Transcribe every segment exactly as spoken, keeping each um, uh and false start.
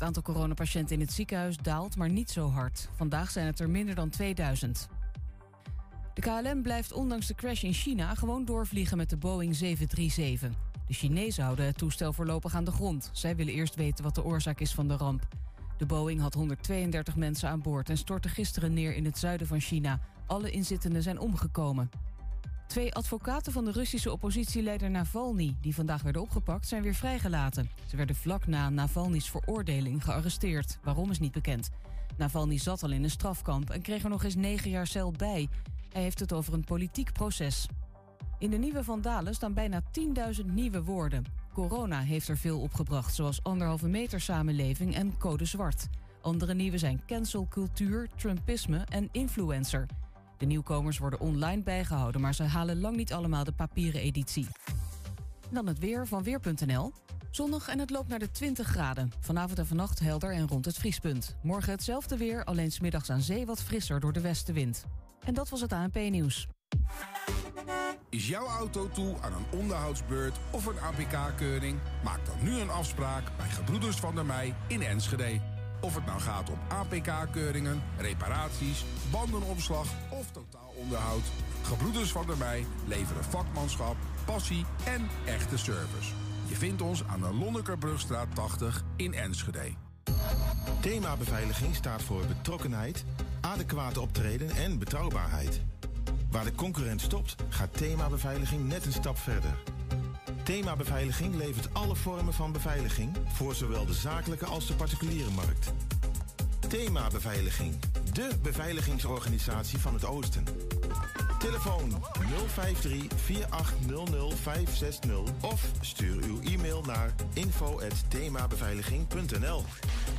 Het aantal coronapatiënten in het ziekenhuis daalt, maar niet zo hard. Vandaag zijn het er minder dan tweeduizend. De K L M blijft ondanks de crash in China gewoon doorvliegen met de Boeing zeven drie zeven. De Chinezen houden het toestel voorlopig aan de grond. Zij willen eerst weten wat de oorzaak is van de ramp. De Boeing had honderdtweeëndertig mensen aan boord en stortte gisteren neer in het zuiden van China. Alle inzittenden zijn omgekomen. Twee advocaten van de Russische oppositieleider Navalny, die vandaag werden opgepakt, zijn weer vrijgelaten. Ze werden vlak na Navalny's veroordeling gearresteerd. Waarom is niet bekend. Navalny zat al in een strafkamp en kreeg er nog eens negen jaar cel bij. Hij heeft het over een politiek proces. In de nieuwe Vandalen staan bijna tienduizend nieuwe woorden. Corona heeft er veel opgebracht, zoals anderhalve meter samenleving en code zwart. Andere nieuwe zijn cancelcultuur, Trumpisme en influencer. De nieuwkomers worden online bijgehouden, maar ze halen lang niet allemaal de papieren editie. Dan het weer van Weer punt n l. Zonnig en het loopt naar de twintig graden. Vanavond en vannacht helder en rond het vriespunt. Morgen hetzelfde weer, alleen 's middags aan zee wat frisser door de westenwind. En dat was het A N P-nieuws. Is jouw auto toe aan een onderhoudsbeurt of een A P K-keuring? Maak dan nu een afspraak bij Gebroeders van der Meij in Enschede. Of het nou gaat om A P K-keuringen, reparaties, bandenopslag of totaalonderhoud. Gebroeders van der Meij leveren vakmanschap, passie en echte service. Je vindt ons aan de Lonnekerbrugstraat tachtig in Enschede. Thema beveiliging staat voor betrokkenheid, adequate optreden en betrouwbaarheid. Waar de concurrent stopt, gaat Thema Beveiliging net een stap verder. Thema Beveiliging levert alle vormen van beveiliging voor zowel de zakelijke als de particuliere markt. Thema Beveiliging, de beveiligingsorganisatie van het Oosten. Telefoon nul vijf drie vier acht nul nul vijf zes nul of stuur uw e-mail naar info at themabeveiliging punt n l.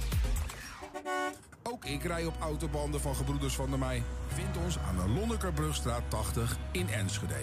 Ook ik rij op autobanden van Gebroeders van der Meij. Vind ons aan de Lonnekerbrugstraat tachtig in Enschede.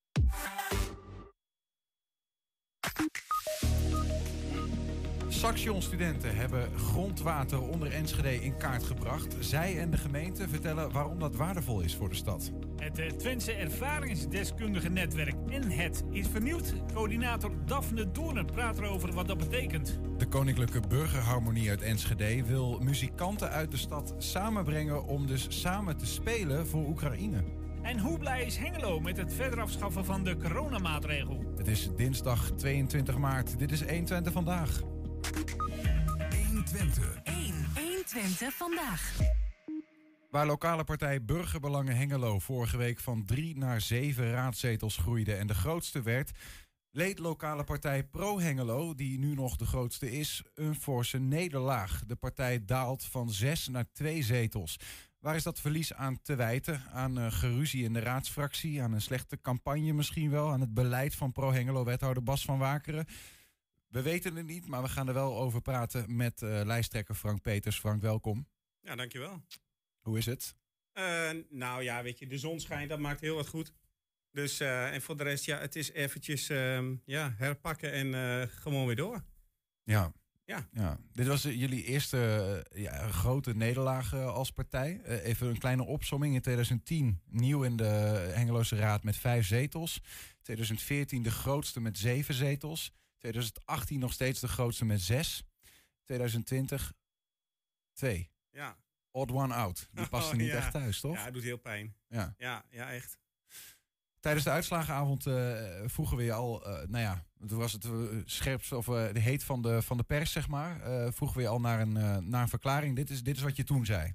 Saxion-studenten hebben grondwater onder Enschede in kaart gebracht. Zij en de gemeente vertellen waarom dat waardevol is voor de stad. Het uh, Twentse ervaringsdeskundige netwerk N H E T is vernieuwd. Coördinator Daphne Doornen praat erover wat dat betekent. De Koninklijke Burgerharmonie uit Enschede wil muzikanten uit de stad samenbrengen om dus samen te spelen voor Oekraïne. En hoe blij is Hengelo met het verder afschaffen van de coronamaatregel? Het is dinsdag tweeëntwintig maart. Dit is honderdtwintig vandaag. honderdtwintig. honderdtwintig vandaag. Waar lokale partij Burgerbelangen Hengelo vorige week van drie naar zeven raadzetels groeide en de grootste werd, leed lokale partij Pro Hengelo, die nu nog de grootste is, een forse nederlaag. De partij daalt van zes naar twee zetels. Waar is dat verlies aan te wijten? Aan uh, geruzie in de raadsfractie, aan een slechte campagne misschien wel, aan het beleid van Pro Hengelo-wethouder Bas van Wakeren? We weten het niet, maar we gaan er wel over praten met uh, lijsttrekker Frank Peters. Frank, welkom. Ja, dankjewel. Hoe is het? Uh, nou ja, weet je, de zon schijnt, dat maakt heel wat goed. Dus, uh, en voor de rest, ja, het is eventjes uh, ja, herpakken en uh, gewoon weer door. Ja. Ja. ja. Dit was uh, jullie eerste uh, ja, grote nederlaag uh, als partij. Uh, even een kleine opsomming. In tweeduizend tien nieuw in de Hengeloze Raad met vijf zetels. tweeduizend veertien de grootste met zeven zetels. tweeduizend achttien nog steeds de grootste met zes. tweeduizend twintig twee. Ja. Odd one out. Die past er oh, niet ja. echt thuis, toch? Ja, het doet heel pijn. Ja, ja, ja echt. Tijdens de uitslagenavond uh, vroegen we je al, uh, nou ja, toen was het uh, scherpst of uh, de heet van de, van de pers, zeg maar. Uh, vroegen we je al naar een, uh, naar een verklaring. Dit is, dit is wat je toen zei.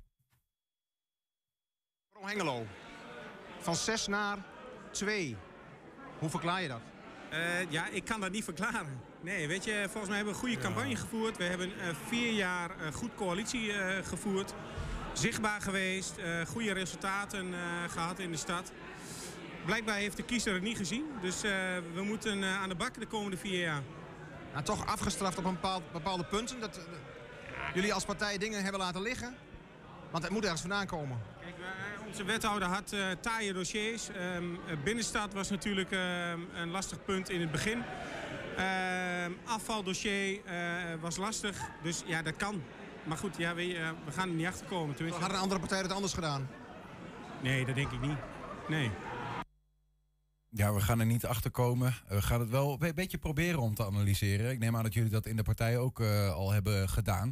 Pro Hengelo. Van zes naar twee. Hoe verklaar je dat? Uh, ja, ik kan dat niet verklaren. Nee, weet je, volgens mij hebben we een goede ja. campagne gevoerd. We hebben uh, vier jaar uh, goed coalitie uh, gevoerd. Zichtbaar geweest, uh, goede resultaten uh, gehad in de stad. Blijkbaar heeft de kiezer het niet gezien. Dus uh, we moeten uh, aan de bak de komende vier jaar. Nou, toch afgestraft op een bepaald, bepaalde punten. Dat uh, jullie als partij dingen hebben laten liggen. Want het moet ergens vandaan komen. Kijk, uh, onze wethouder had uh, taaie dossiers. Um, binnenstad was natuurlijk uh, een lastig punt in het begin. Uh, afvaldossier uh, was lastig. Dus ja, dat kan. Maar goed, ja, we, uh, we gaan er niet achter komen. Tenminste. Hadden andere partijen het anders gedaan? Nee, dat denk ik niet. Nee. Ja, we gaan er niet achter komen. We gaan het wel een beetje proberen om te analyseren. Ik neem aan dat jullie dat in de partij ook uh, al hebben gedaan.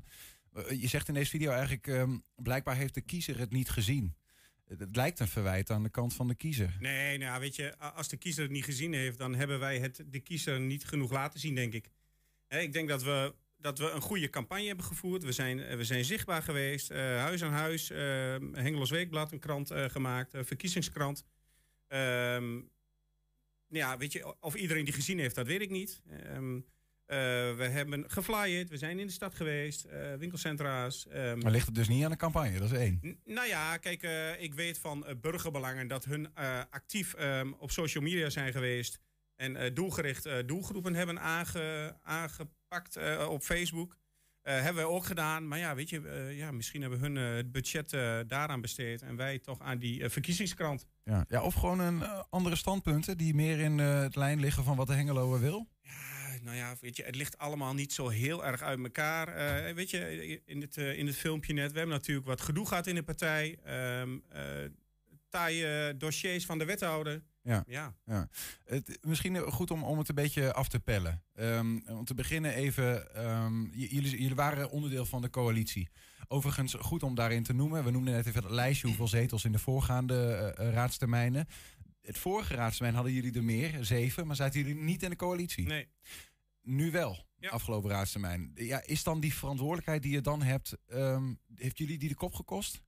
Uh, je zegt in deze video eigenlijk, um, blijkbaar heeft de kiezer het niet gezien. Het, het lijkt een verwijt aan de kant van de kiezer. Nee, nou weet je, als de kiezer het niet gezien heeft, dan hebben wij het de kiezer niet genoeg laten zien, denk ik. He, ik denk dat we, dat we een goede campagne hebben gevoerd. We zijn, we zijn zichtbaar geweest, uh, huis aan huis, uh, Hengeloos Weekblad, een krant uh, gemaakt, uh, verkiezingskrant. Um, ja, weet je, of iedereen die gezien heeft, dat weet ik niet. Um, Uh, we hebben geflyerd, we zijn in de stad geweest, uh, winkelcentra's. Um, maar ligt het dus niet aan de campagne, dat is één. N- nou ja, kijk, uh, ik weet van uh, burgerbelangen dat hun uh, actief um, op social media zijn geweest. En uh, doelgericht uh, doelgroepen hebben aange, aangepakt uh, op Facebook. Uh, hebben wij ook gedaan, maar ja, weet je, uh, ja, misschien hebben hun uh, het budget uh, daaraan besteed. En wij toch aan die uh, verkiezingskrant. Ja. Ja, of gewoon een uh, andere standpunten die meer in uh, het lijn liggen van wat de Hengeloer wil? Ja, nou ja, weet je, het ligt allemaal niet zo heel erg uit elkaar. Uh, weet je, in het, uh, in het filmpje net, we hebben natuurlijk wat gedoe gehad in de partij. Um, uh, taaie dossiers van de wethouder. Ja. ja. ja. Het, misschien goed om, om het een beetje af te pellen. Um, om te beginnen even, um, j- jullie, jullie waren onderdeel van de coalitie. Overigens, goed om daarin te noemen. We noemden net even het lijstje hoeveel zetels in de voorgaande uh, raadstermijnen. Het vorige raadstermijn hadden jullie er meer, zeven, maar zaten jullie niet in de coalitie? Nee. Nu wel, ja. Afgelopen raadstermijn. Ja, is dan die verantwoordelijkheid die je dan hebt, um, heeft jullie die de kop gekost?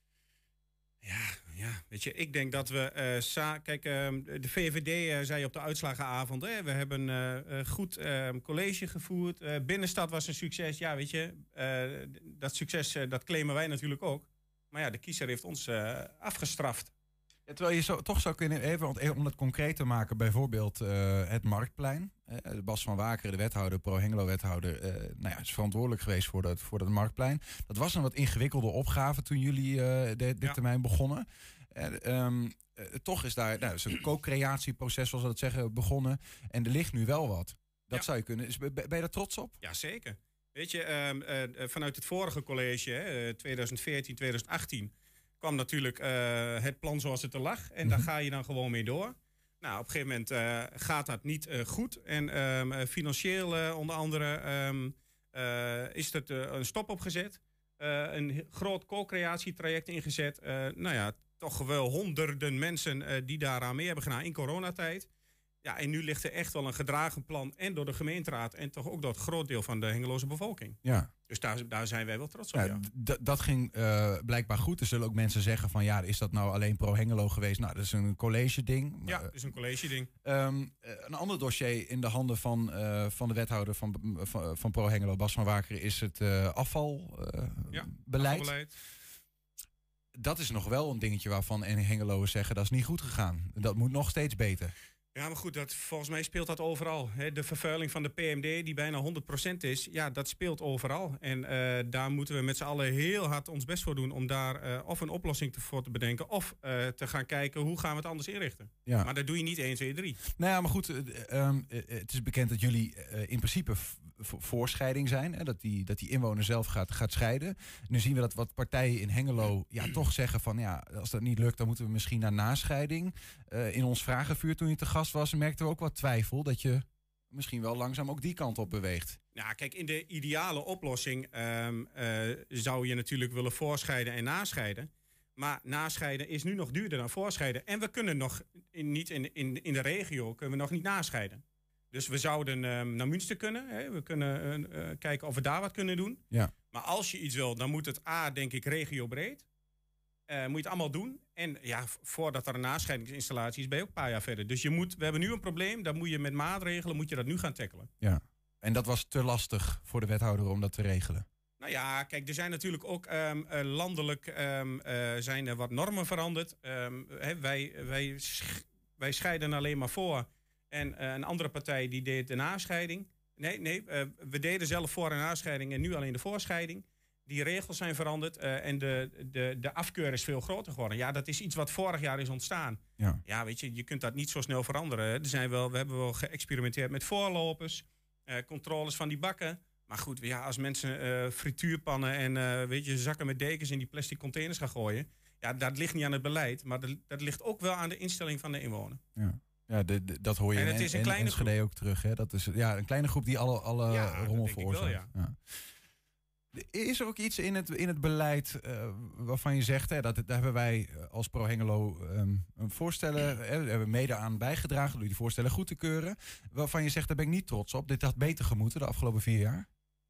Ja, ja, weet je, ik denk dat we... Uh, sa- kijk, uh, de V V D uh, zei op de uitslagenavond... Eh, we hebben uh, goed uh, college gevoerd. Uh, binnenstad was een succes. Ja, weet je, uh, dat succes uh, dat claimen wij natuurlijk ook. Maar ja, de kiezer heeft ons uh, afgestraft. Ja, terwijl je zo, toch zou kunnen, even om dat concreet te maken... bijvoorbeeld uh, het Marktplein. Uh, Bas van Wakeren, de wethouder, pro-Hengelo-wethouder... Uh, nou ja, is verantwoordelijk geweest voor dat, voor dat Marktplein. Dat was een wat ingewikkelde opgave toen jullie uh, de, dit ja. termijn begonnen. Uh, um, uh, toch is daar nou, is een co-creatieproces, zoals we dat zeggen, begonnen. En er ligt nu wel wat. Dat ja. zou je kunnen. Is, ben je daar trots op? Ja, zeker. Weet je, um, uh, vanuit het vorige college, hè, twintig veertien, twintig achttien... kwam natuurlijk uh, het plan zoals het er lag. En mm-hmm. daar ga je dan gewoon mee door. Nou, op een gegeven moment uh, gaat dat niet uh, goed. En um, financieel uh, onder andere um, uh, is er uh, een stop opgezet. Uh, een groot co-creatietraject ingezet. Uh, nou ja, toch wel honderden mensen uh, die daaraan mee hebben gedaan in coronatijd. Ja, en nu ligt er echt wel een gedragen plan. En door de gemeenteraad en toch ook door het groot deel van de Hengeloze bevolking. Ja. Dus daar, daar zijn wij wel trots op. Ja, Ja. d- dat ging uh, blijkbaar goed. Er zullen ook mensen zeggen van ja, is dat nou alleen pro-Hengelo geweest? Nou, dat is een college ding. Ja, dat is een college ding. Um, uh, een ander dossier in de handen van, uh, van de wethouder van, van, van pro-Hengelo, Bas van Wakeren, is het uh, afvalbeleid. Uh, ja, afvalbeleid. Dat is nog wel een dingetje waarvan Hengeloers zeggen dat is niet goed gegaan. Dat moet nog steeds beter. Ja, maar goed, dat, volgens mij speelt dat overal. Hè. De vervuiling van de P M D, die bijna honderd procent is, ja, dat speelt overal. En uh, daar moeten we met z'n allen heel hard ons best voor doen om daar uh, of een oplossing te, voor te bedenken, of uh, te gaan kijken hoe gaan we het anders inrichten. Ja. Maar dat doe je niet één, twee, drie. Nou ja, maar goed, uh, um, uh, het is bekend dat jullie uh, in principe v- v- voorscheiding zijn. Hè, dat, die, dat die inwoner zelf gaat, gaat scheiden. Nu zien we dat wat partijen in Hengelo ja, toch zeggen van ja, als dat niet lukt, dan moeten we misschien naar nascheiding. Uh, in ons vragenvuur toen je te gast was, merkten we ook wat twijfel dat je misschien wel langzaam ook die kant op beweegt. Nou, kijk, in de ideale oplossing um, uh, zou je natuurlijk willen voorscheiden en nascheiden. Maar nascheiden is nu nog duurder dan voorscheiden. En we kunnen nog in, niet in, in, in de regio kunnen we nog niet nascheiden. Dus we zouden um, naar Münster kunnen. Hè? We kunnen uh, uh, kijken of we daar wat kunnen doen. Ja. Maar als je iets wil, dan moet het A, denk ik, regiobreed. Uh, moet je het allemaal doen. En ja, voordat er een nascheidingsinstallatie is, ben je ook een paar jaar verder. Dus je moet, we hebben nu een probleem, dan moet je met maatregelen moet je dat nu gaan tackelen. Ja, en dat was te lastig voor de wethouder om dat te regelen. Nou ja, kijk, er zijn natuurlijk ook um, uh, landelijk um, uh, zijn er wat normen veranderd. Um, he, wij, wij, sch- wij scheiden alleen maar voor. En uh, een andere partij die deed de nascheiding. Nee, nee, uh, we deden zelf voor- en nascheiding en nu alleen de voorscheiding. Die regels zijn veranderd uh, en de, de, de afkeur is veel groter geworden. Ja, dat is iets wat vorig jaar is ontstaan. Ja, ja weet je, je kunt dat niet zo snel veranderen. Er zijn wel, we hebben wel geëxperimenteerd met voorlopers, uh, controles van die bakken. Maar goed, ja, als mensen uh, frituurpannen en uh, weet je, zakken met dekens in die plastic containers gaan gooien. Ja, dat ligt niet aan het beleid, maar dat, dat ligt ook wel aan de instelling van de inwoner. Ja. Ja, de, de, dat hoor je en in, het is een in kleine Enschede groep. ook terug. Hè? Dat is ja, een kleine groep die alle, alle ja, rommel veroorzaakt. Wel, ja. Ja. Is er ook iets in het, in het beleid uh, waarvan je zegt, hè, dat, daar hebben wij als Pro-Hengelo um, een voorstellen, hè, daar hebben we mede aan bijgedragen door die voorstellen goed te keuren, waarvan je zegt, daar ben ik niet trots op. Dit had beter gemoeten de afgelopen vier jaar?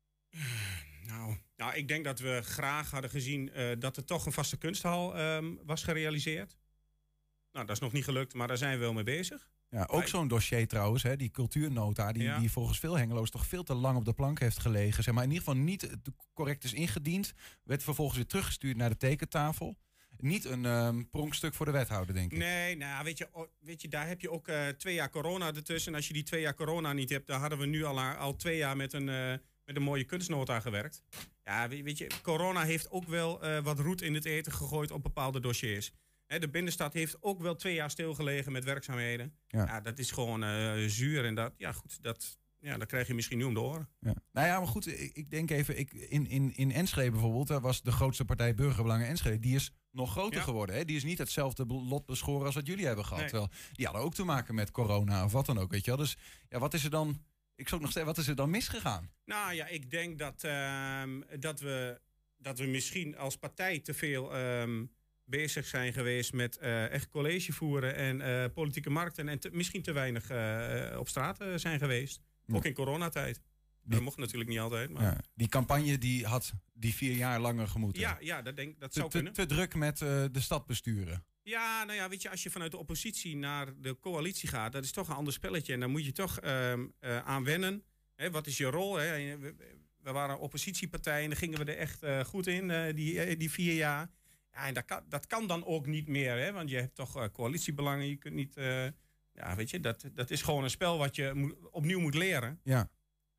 Nou, nou ik denk dat we graag hadden gezien uh, dat er toch een vaste kunsthal um, was gerealiseerd. Nou, dat is nog niet gelukt, maar daar zijn we wel mee bezig. Ja, ook zo'n dossier trouwens, hè, die cultuurnota, die, ja. die volgens veel Hengelo's toch veel te lang op de plank heeft gelegen. Zeg maar in ieder geval niet correct is ingediend. Werd vervolgens weer teruggestuurd naar de tekentafel. Niet een um, pronkstuk voor de wethouder, denk ik. Nee, nou, weet je, weet je daar heb je ook uh, twee jaar corona ertussen. En als je die twee jaar corona niet hebt, dan hadden we nu al, al twee jaar met een, uh, met een mooie kunstnota gewerkt. Ja, weet je, corona heeft ook wel uh, wat roet in het eten gegooid op bepaalde dossiers. He, de binnenstad heeft ook wel twee jaar stilgelegen met werkzaamheden. Ja. Ja, dat is gewoon uh, zuur. En dat, ja, goed, dat, ja, dat krijg je misschien nu om de oren. Ja. Nou ja, maar goed, ik, ik denk even... Ik, in, in, in Enschede bijvoorbeeld, daar was de grootste partij Burgerbelangen Enschede. Die is nog groter ja. geworden. Hè? Die is niet hetzelfde lot beschoren als wat jullie hebben gehad. Nee. Terwijl, die hadden ook te maken met corona of wat dan ook, weet je wel. Dus ja, wat is er dan... Ik zou ook nog zeggen, wat is er dan misgegaan? Nou ja, ik denk dat, uh, dat, we, dat we misschien als partij te veel... Uh, bezig zijn geweest met uh, echt college voeren en uh, politieke markten... en te, misschien te weinig uh, op straat uh, zijn geweest. Ja. Ook in coronatijd. Die, dat mocht natuurlijk niet altijd. Maar... Ja, die campagne die had die vier jaar langer gemoeten. Ja, ja dat, denk, dat te, zou te, kunnen. Te druk met uh, de stad besturen. Ja, nou ja, weet je, als je vanuit de oppositie naar de coalitie gaat... dat is toch een ander spelletje. En dan moet je toch uh, uh, aan wennen. Hè, wat is je rol? Hè? We, we waren een oppositiepartij en daar gingen we er echt uh, goed in, uh, die, die vier jaar... Ja, en dat kan, dat kan dan ook niet meer, hè? Want je hebt toch uh, coalitiebelangen. Je kunt niet, uh, ja, weet je, dat, dat is gewoon een spel wat je moet, opnieuw moet leren. Ja.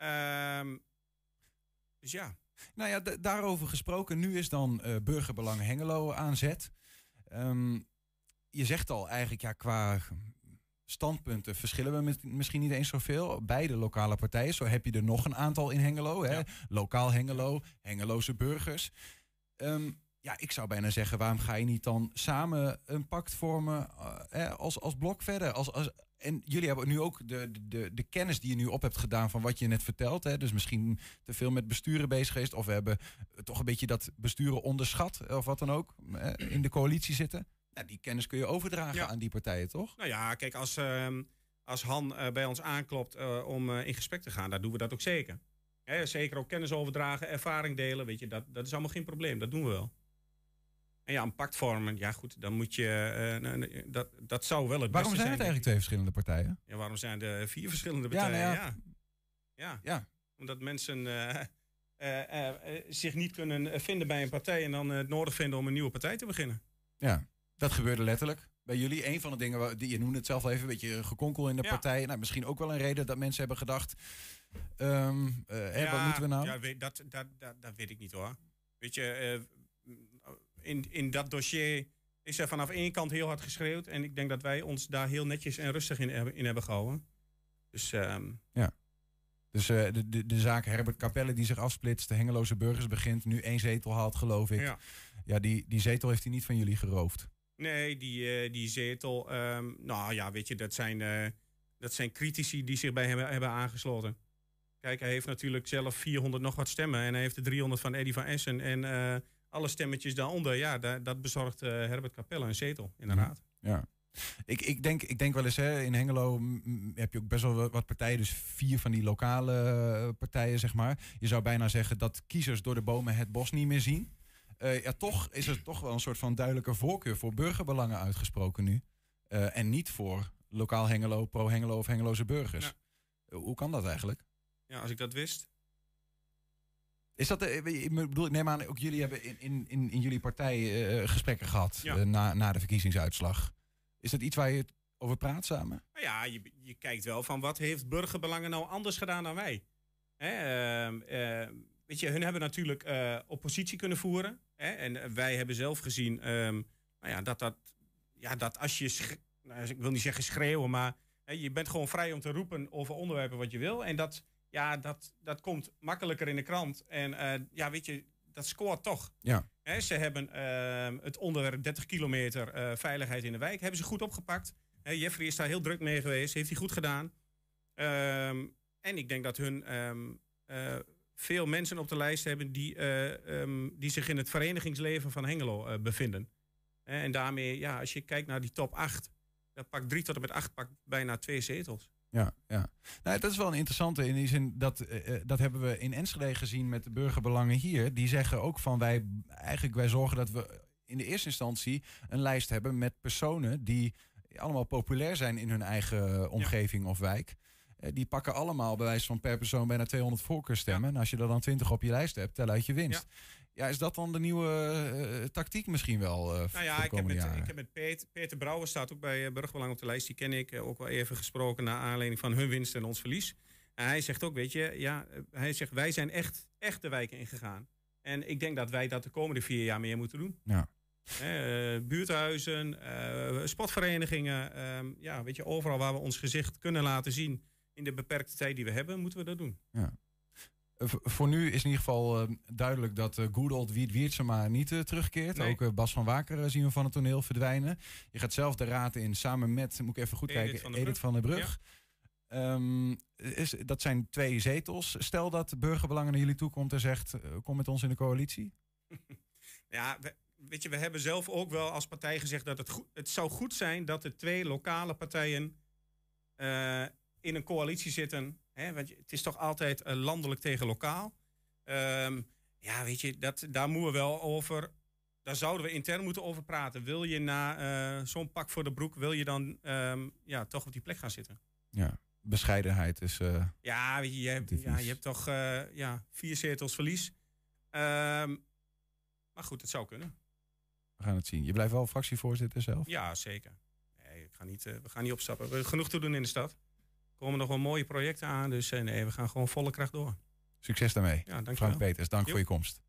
Um, dus ja. Nou ja, d- daarover gesproken. Nu is dan uh, Burgerbelang Hengelo aan zet. Um, je zegt al eigenlijk, ja, qua standpunten verschillen we met, misschien niet eens zoveel. Beide lokale partijen. Zo heb je er nog een aantal in Hengelo. Hè? Ja. Lokaal Hengelo, Hengeloze burgers. Um, Ja, ik zou bijna zeggen, waarom ga je niet dan samen een pact vormen uh, eh, als, als blok verder? Als, als, en jullie hebben nu ook de, de, de kennis die je nu op hebt gedaan van wat je net vertelt. Hè? Dus misschien te veel met besturen bezig geweest. Of we hebben toch een beetje dat besturen onderschat of wat dan ook eh, in de coalitie zitten. Nou, die kennis kun je overdragen ja. aan die partijen, toch? Nou ja, kijk, als, uh, als Han uh, bij ons aanklopt uh, om uh, in gesprek te gaan, dan doen we dat ook zeker. Hè, zeker ook kennis overdragen, ervaring delen, weet je, dat, dat is allemaal geen probleem. Dat doen we wel. En ja, een pact vormen, ja goed, dan moet je... Uh, dat, dat zou wel het waarom beste zijn zijn. Waarom zijn het eigenlijk twee verschillende partijen? Ja, waarom zijn er vier verschillende partijen? Ja, nou ja. Ja. Ja. ja. Omdat mensen uh, uh, uh, uh, zich niet kunnen vinden bij een partij... en dan uh, het nodig vinden om een nieuwe partij te beginnen. Ja, dat gebeurde letterlijk. Bij jullie, een van de dingen, waar, die, je noemde het zelf al even... een beetje gekonkel in de ja. partij. Nou, misschien ook wel een reden dat mensen hebben gedacht... Um, uh, ja, hè, wat moeten we nou? Ja, weet, dat, dat, dat, dat weet ik niet hoor. Weet je... Uh, In, in dat dossier is er vanaf één kant heel hard geschreeuwd. En ik denk dat wij ons daar heel netjes en rustig in, in hebben gehouden. Dus, um... ja. dus uh, de, de, de zaak Herbert Capelle die zich afsplitst. De Hengeloze burgers begint. Nu één zetel haalt, geloof ik. Ja, ja die, die zetel heeft hij niet van jullie geroofd. Nee, die, uh, die zetel... Um, nou ja, weet je, dat zijn, uh, dat zijn critici die zich bij hem hebben aangesloten. Kijk, hij heeft natuurlijk zelf vierhonderd nog wat stemmen. En hij heeft de driehonderd van Eddy van Essen. En... Uh, alle stemmetjes daaronder, ja, dat, dat bezorgt uh, Herbert Capelle een zetel, inderdaad. Ja. Ik, ik, denk, ik denk wel eens, hè, in Hengelo m, heb je ook best wel wat partijen, dus vier van die lokale partijen, zeg maar. Je zou bijna zeggen dat kiezers door de bomen het bos niet meer zien. Uh, ja, toch is er toch wel een soort van duidelijke voorkeur voor burgerbelangen uitgesproken nu. Uh, en niet voor lokaal Hengelo, pro-Hengelo of Hengeloze burgers. Ja. Uh, hoe kan dat eigenlijk? Ja, als ik dat wist... Is dat, ik bedoel, ik neem aan, ook jullie hebben in, in, in, in jullie partij uh, gesprekken gehad ja. uh, na, na de verkiezingsuitslag. Is dat iets waar je het over praat samen? Nou ja, je, je kijkt wel van wat heeft Burgerbelangen nou anders gedaan dan wij. Hè, uh, uh, weet je, hun hebben natuurlijk uh, oppositie kunnen voeren. Hè, en wij hebben zelf gezien um, nou ja, dat, dat, ja, dat als je, sch- nou, ik wil niet zeggen schreeuwen, maar hè, je bent gewoon vrij om te roepen over onderwerpen wat je wil. En dat... Ja, dat, dat komt makkelijker in de krant. En uh, ja, weet je, dat scoort toch. Ja. He, ze hebben uh, het onderwerp dertig kilometer uh, veiligheid in de wijk... hebben ze goed opgepakt. He, Jeffrey is daar heel druk mee geweest. Heeft hij goed gedaan. Um, en ik denk dat hun um, uh, veel mensen op de lijst hebben die, uh, um, die zich in het verenigingsleven van Hengelo uh, bevinden. Uh, en daarmee, ja, als je kijkt naar die top acht, dan pakt drie tot en met acht pakt bijna twee zetels. Ja, ja. Nou, dat is wel een interessante in die zin dat uh, dat hebben we in Enschede gezien met de burgerbelangen hier. Die zeggen ook van wij eigenlijk wij zorgen dat we in de eerste instantie een lijst hebben met personen die allemaal populair zijn in hun eigen omgeving ja. of wijk. Uh, die pakken allemaal bij wijze van per persoon bijna tweehonderd voorkeurstemmen. Ja. En als je er dan twintig op je lijst hebt, tel uit je winst. Ja. Ja, is dat dan de nieuwe uh, tactiek misschien wel? Uh, nou ja, ik heb, met, ik heb met Peter, Peter Brouwer staat ook bij uh, Burgerbelang op de lijst. Die ken ik uh, ook wel even gesproken naar aanleiding van hun winst en ons verlies. En hij zegt ook, weet je, ja, uh, hij zegt wij zijn echt, echt de wijken ingegaan. En ik denk dat wij dat de komende vier jaar meer moeten doen. Ja. Uh, buurthuizen, uh, sportverenigingen. Uh, ja, weet je, overal waar we ons gezicht kunnen laten zien in de beperkte tijd die we hebben, moeten we dat doen. Ja. Voor nu is in ieder geval uh, duidelijk dat uh, good old Wiet Wiertsema niet uh, terugkeert. Nee. Ook uh, Bas van Waker uh, zien we van het toneel verdwijnen. Je gaat zelf de raad in samen met, moet ik even goed Edith kijken, van de Edith van der Brug. Ja. Um, is, dat zijn twee zetels. Stel dat Burgerbelangen naar jullie toe komt en zegt, uh, kom met ons in de coalitie. Ja, we, weet je, we hebben zelf ook wel als partij gezegd dat het, goed, het zou goed zijn dat de twee lokale partijen uh, in een coalitie zitten. Hè, want het is toch altijd uh, landelijk tegen lokaal. Um, ja, weet je, dat, daar moeten we wel over. Daar zouden we intern moeten over praten. Wil je na uh, zo'n pak voor de broek, wil je dan um, ja, toch op die plek gaan zitten? Ja, bescheidenheid is. Uh, ja, weet je, je hebt, ja, je hebt toch uh, ja, vier zetels verlies. Um, maar goed, het zou kunnen. We gaan het zien. Je blijft wel fractievoorzitter zelf? Ja, zeker. Nee, ik ga niet, uh, we gaan niet opstappen. We hebben genoeg te doen in de stad. Er komen nog wel mooie projecten aan. Dus uh, nee, we gaan gewoon volle kracht door. Succes daarmee. Ja, dank Frank je wel. Peters, dank Jo. voor je komst.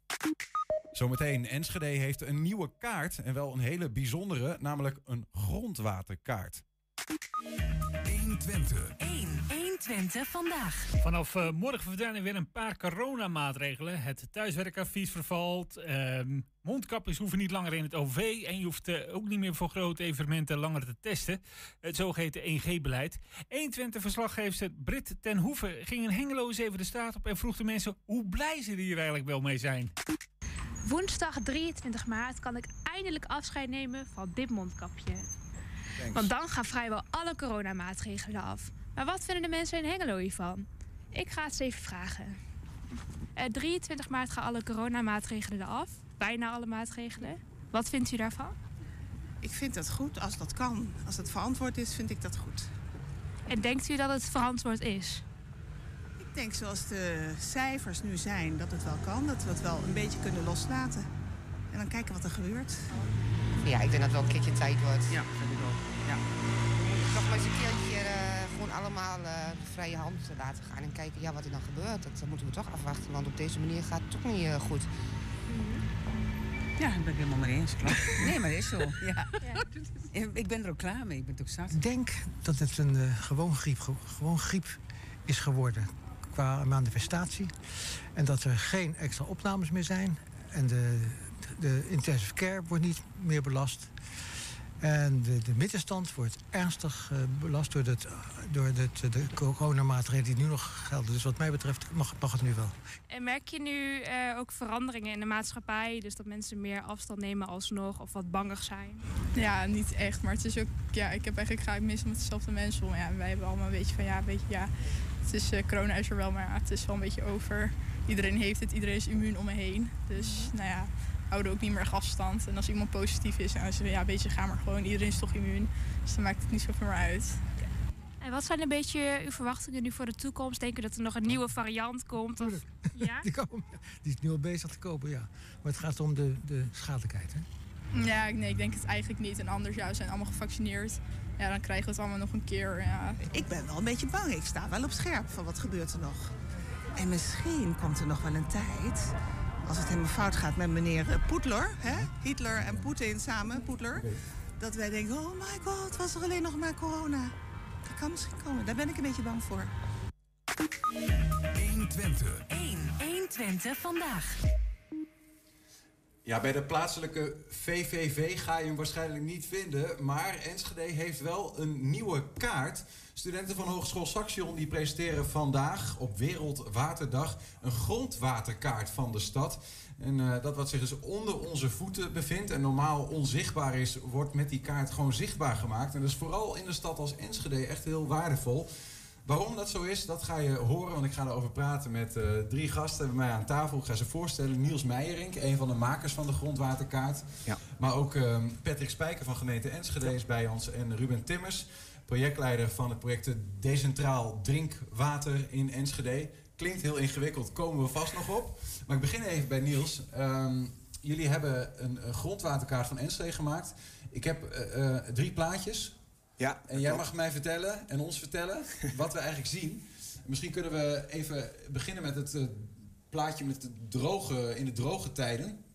Zometeen, Enschede heeft een nieuwe kaart. En wel een hele bijzondere, namelijk een grondwaterkaart. honderdtwintig. honderdtwintig vandaag. Vanaf uh, morgen verdwijnen weer een paar coronamaatregelen. Het thuiswerkadvies vervalt. Uh, mondkapjes hoeven niet langer in het O V. En je hoeft uh, ook niet meer voor grote evenementen langer te testen. Het zogeheten één G beleid. honderdtwintig-verslaggeefster Britt ten Hoeve ging in Hengelo eens even de straat op en vroeg de mensen hoe blij ze er hier eigenlijk wel mee zijn. Woensdag drieëntwintig maart kan ik eindelijk afscheid nemen van dit mondkapje. Thanks. Want dan gaan vrijwel alle coronamaatregelen af. Maar wat vinden de mensen in Hengelo hiervan? Ik ga het eens even vragen. Uh, drieëntwintig maart gaan alle coronamaatregelen eraf. Bijna alle maatregelen. Wat vindt u daarvan? Ik vind dat goed als dat kan. Als het verantwoord is, vind ik dat goed. En denkt u dat het verantwoord is? Ik denk zoals de cijfers nu zijn, dat het wel kan. Dat we het wel een beetje kunnen loslaten. En dan kijken wat er gebeurt. Ja, ik denk dat het wel een keertje tijd wordt. Ja, vind ik ook. Ja. Nog maar eens een keertje uh, gewoon allemaal uh, vrije hand laten gaan en kijken ja, wat er dan gebeurt. Dat moeten we toch afwachten, want op deze manier gaat het toch niet uh, goed. Ja, daar ben ik helemaal mee eens. Klopt. Nee, maar dat is zo. Ja. Ja. Ik ben er ook klaar mee. Ik ben het ook zat. Ik denk dat het een uh, gewoon, griep, gewoon griep is geworden qua manifestatie. En dat er geen extra opnames meer zijn. En de, de intensive care wordt niet meer belast. En de, de middenstand wordt ernstig uh, belast door, het, door het, de coronamaatregelen die nu nog gelden. Dus wat mij betreft mag, mag het nu wel. En merk je nu uh, ook veranderingen in de maatschappij? Dus dat mensen meer afstand nemen alsnog of wat bangig zijn? Ja, niet echt. Maar het is ook, ja, ik heb eigenlijk ga ik meestal met dezelfde mensen om. Ja, wij hebben allemaal een beetje van, ja, weet je, ja, het is, uh, corona is er wel, maar ja, het is wel een beetje over. Iedereen heeft het, iedereen is immuun om me heen. Dus, nou ja, houden ook niet meer echt afstand. En als iemand positief is, dan zeggen we, ja, weet je, ga maar gewoon. Iedereen is toch immuun. Dus dan maakt het niet zoveel meer uit. En wat zijn een beetje uw verwachtingen nu voor de toekomst? Denk je dat er nog een nieuwe variant komt? Of... Ja? Die, komen, die is nu al bezig te kopen, ja. Maar het gaat om de, de schadelijkheid, hè? Ja, nee, ik denk het eigenlijk niet. En anders, ja, we zijn allemaal gevaccineerd. Ja, dan krijgen we het allemaal nog een keer, ja. Ik ben wel een beetje bang. Ik sta wel op scherp van wat gebeurt er nog. En misschien komt er nog wel een tijd, als het helemaal fout gaat met meneer Poetler, hè? Hitler en Poetin samen, Poetler, dat wij denken, oh my god, was er alleen nog maar corona. Dat kan misschien komen, daar ben ik een beetje bang voor. honderdtwintig. honderdtwintig vandaag. Ja, bij de plaatselijke V V V ga je hem waarschijnlijk niet vinden. Maar Enschede heeft wel een nieuwe kaart. Studenten van Hogeschool Saxion die presenteren vandaag op Wereldwaterdag een grondwaterkaart van de stad. En uh, dat wat zich dus onder onze voeten bevindt en normaal onzichtbaar is, wordt met die kaart gewoon zichtbaar gemaakt. En dat is vooral in een stad als Enschede echt heel waardevol. Waarom dat zo is, dat ga je horen, want ik ga erover praten met uh, drie gasten bij mij aan tafel. Ik ga ze voorstellen. Niels Meijerink, een van de makers van de grondwaterkaart. Ja. Maar ook uh, Patrick Spijker van gemeente Enschede ja. is bij ons. En Ruben Timmers, projectleider van het project Decentraal Drinkwater in Enschede. Klinkt heel ingewikkeld, komen we vast nog op. Maar ik begin even bij Niels. Um, jullie hebben een, een grondwaterkaart van Enschede gemaakt. Ik heb uh, uh, drie plaatjes. Ja, en jij mag mij vertellen en ons vertellen wat we eigenlijk zien. Misschien kunnen we even beginnen met het uh, plaatje met de droge, in de droge tijden.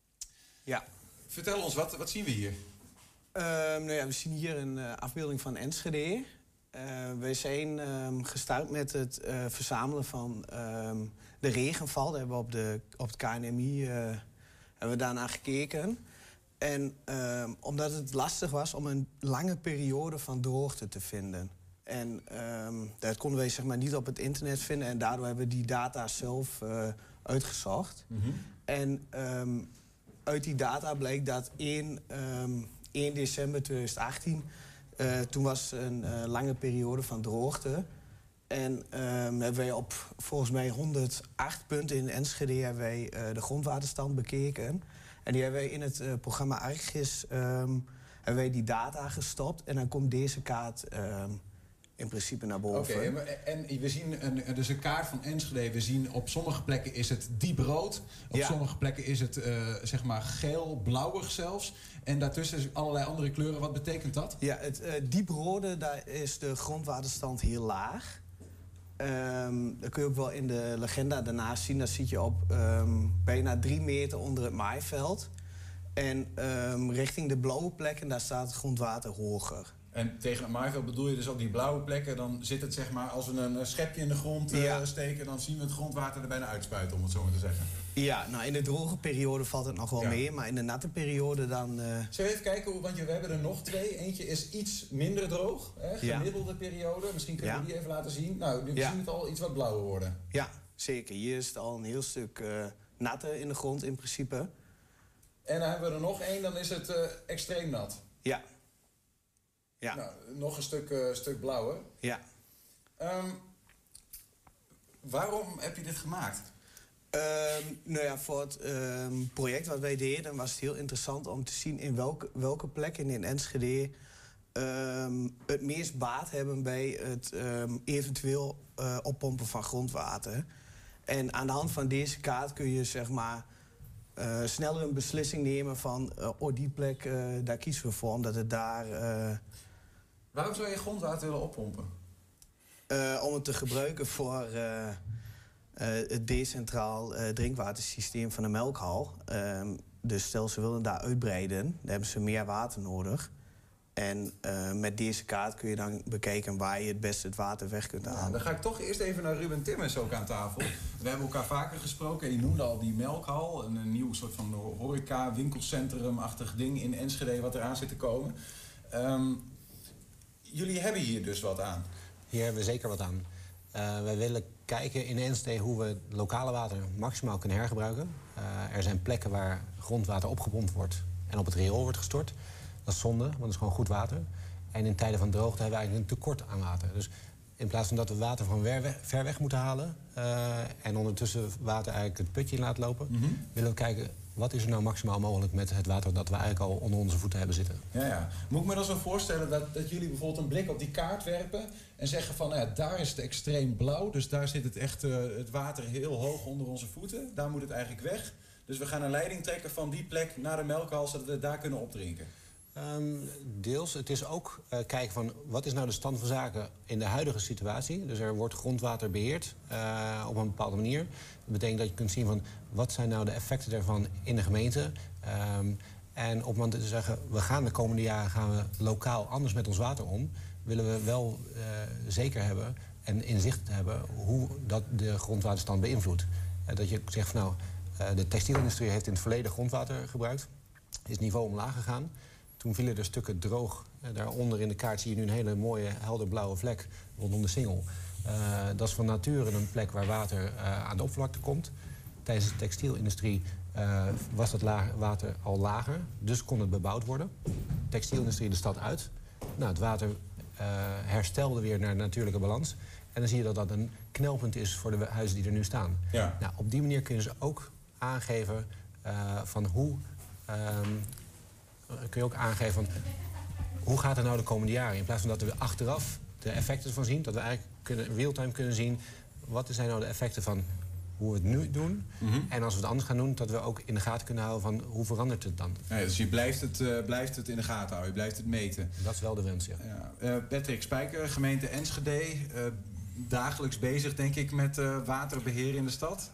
Ja. Vertel ons, wat, wat zien we hier? Uh, nou ja, we zien hier een uh, afbeelding van Enschede. Uh, we zijn um, gestart met het uh, verzamelen van um, de regenval. Daar hebben we op, de, op het K N M I uh, hebben we daarna gekeken. En um, omdat het lastig was om een lange periode van droogte te vinden. En um, dat konden wij zeg maar niet op het internet vinden. En daardoor hebben we die data zelf uh, uitgezocht. Mm-hmm. En um, uit die data bleek dat één december tweeduizend achttien... Uh, toen was een uh, lange periode van droogte. En um, hebben wij op volgens mij honderdacht punten in Enschede hebben wij, uh, de grondwaterstand bekeken. En die hebben wij in het uh, programma Argis um, hebben wij die data gestopt. En dan komt deze kaart um, in principe naar boven. Oké, okay, en we zien een, dus een kaart van Enschede. We zien op sommige plekken is het diep rood. Op ja. sommige plekken is het uh, zeg maar geel, blauwig zelfs. En daartussen allerlei andere kleuren. Wat betekent dat? Ja, het uh, dieprode, daar is de grondwaterstand heel laag. Um, dat kun je ook wel in de legenda daarnaast zien. Dat zie je op um, bijna drie meter onder het maaiveld. En um, richting de blauwe plekken, daar staat het grondwater hoger. En tegen het maaiveld bedoel je dus op die blauwe plekken... dan zit het zeg maar, als we een schepje in de grond uh, ja. steken... dan zien we het grondwater er bijna uitspuiten, om het zo maar te zeggen. Ja, nou in de droge periode valt het nog wel ja. mee, maar in de natte periode dan... Uh... Zullen we even kijken, want we hebben er nog twee. Eentje is iets minder droog, hè, gemiddelde ja. periode. Misschien kunnen ja. we die even laten zien. Nou, nu ja. zien we het al iets wat blauwer worden. Ja, zeker. Hier is het al een heel stuk uh, natter in de grond in principe. En dan hebben we er nog één, dan is het uh, extreem nat. Ja. Ja. Nou, nog een stuk, uh, stuk blauwer. Ja. Um, waarom heb je dit gemaakt? Um, nou ja, voor het um, project wat wij deden was het heel interessant om te zien in welke, welke plekken in Enschede um, het meest baat hebben bij het um, eventueel uh, oppompen van grondwater. En aan de hand van deze kaart kun je zeg maar uh, sneller een beslissing nemen van uh, oh, die plek, uh, daar kiezen we voor, omdat het daar... Uh, Waarom zou je grondwater willen oppompen? Uh, om het te gebruiken voor uh, uh, het decentraal uh, drinkwatersysteem van de melkhal. Uh, dus stel ze willen daar uitbreiden, dan hebben ze meer water nodig. En uh, met deze kaart kun je dan bekijken waar je het beste het water weg kunt halen. Ja, dan ga ik toch eerst even naar Ruben Timmers ook aan tafel. We hebben elkaar vaker gesproken en je noemde al die melkhal. Een, een nieuw soort van horeca, winkelcentrum-achtig ding in Enschede wat eraan zit te komen. Um, jullie hebben hier dus wat aan. Hier hebben we zeker wat aan. Uh, wij willen kijken in Enschede hoe we het lokale water maximaal kunnen hergebruiken. Uh, er zijn plekken waar grondwater opgepompt wordt en op het riool wordt gestort. Dat is zonde, want het is gewoon goed water. En in tijden van droogte hebben we eigenlijk een tekort aan water. Dus in plaats van dat we water van ver weg, ver weg moeten halen... Uh, en ondertussen water eigenlijk het putje in laten lopen... Mm-hmm. willen we kijken, wat is er nou maximaal mogelijk met het water dat we eigenlijk al onder onze voeten hebben zitten. Ja, ja. Moet ik me dan zo voorstellen dat, dat jullie bijvoorbeeld een blik op die kaart werpen... en zeggen van, nou ja, daar is het extreem blauw... dus daar zit het echt uh, het water heel hoog onder onze voeten. Daar moet het eigenlijk weg. Dus we gaan een leiding trekken van die plek naar de melkhal... zodat we het daar kunnen opdrinken. Um, deels. Het is ook uh, kijken van wat is nou de stand van zaken in de huidige situatie. Dus er wordt grondwater beheerd uh, op een bepaalde manier. Dat betekent dat je kunt zien van wat zijn nou de effecten daarvan in de gemeente. Um, en op het moment dat we zeggen we gaan de komende jaren gaan we lokaal anders met ons water om, willen we wel uh, zeker hebben en inzicht hebben hoe dat de grondwaterstand beïnvloedt. Uh, dat je zegt van nou, Uh, de textielindustrie heeft in het verleden grondwater gebruikt. Is het niveau omlaag gegaan. Toen vielen er stukken droog. Uh, daaronder in de kaart zie je nu een hele mooie helderblauwe vlek rondom de singel. Uh, dat is van nature een plek waar water uh, aan de oppervlakte komt. Tijdens de textielindustrie uh, was dat laag, water al lager, dus kon het bebouwd worden. De textielindustrie de stad uit. Nou, het water uh, herstelde weer naar de natuurlijke balans. En dan zie je dat dat een knelpunt is voor de huizen die er nu staan. Ja. Nou, op die manier kunnen ze ook aangeven uh, van hoe... Um, kun je ook aangeven van hoe gaat het nou de komende jaren? In plaats van dat we achteraf de effecten van zien, dat we eigenlijk kunnen, real-time kunnen zien wat zijn nou de effecten van hoe we het nu doen. Mm-hmm. En als we het anders gaan doen, dat we ook in de gaten kunnen houden van hoe verandert het dan. Ja, dus je blijft het, uh, blijft het in de gaten houden, je blijft het meten. Dat is wel de wens, ja. ja. Uh, Patrick Spijker, gemeente Enschede, uh, dagelijks bezig denk ik met uh, waterbeheer in de stad?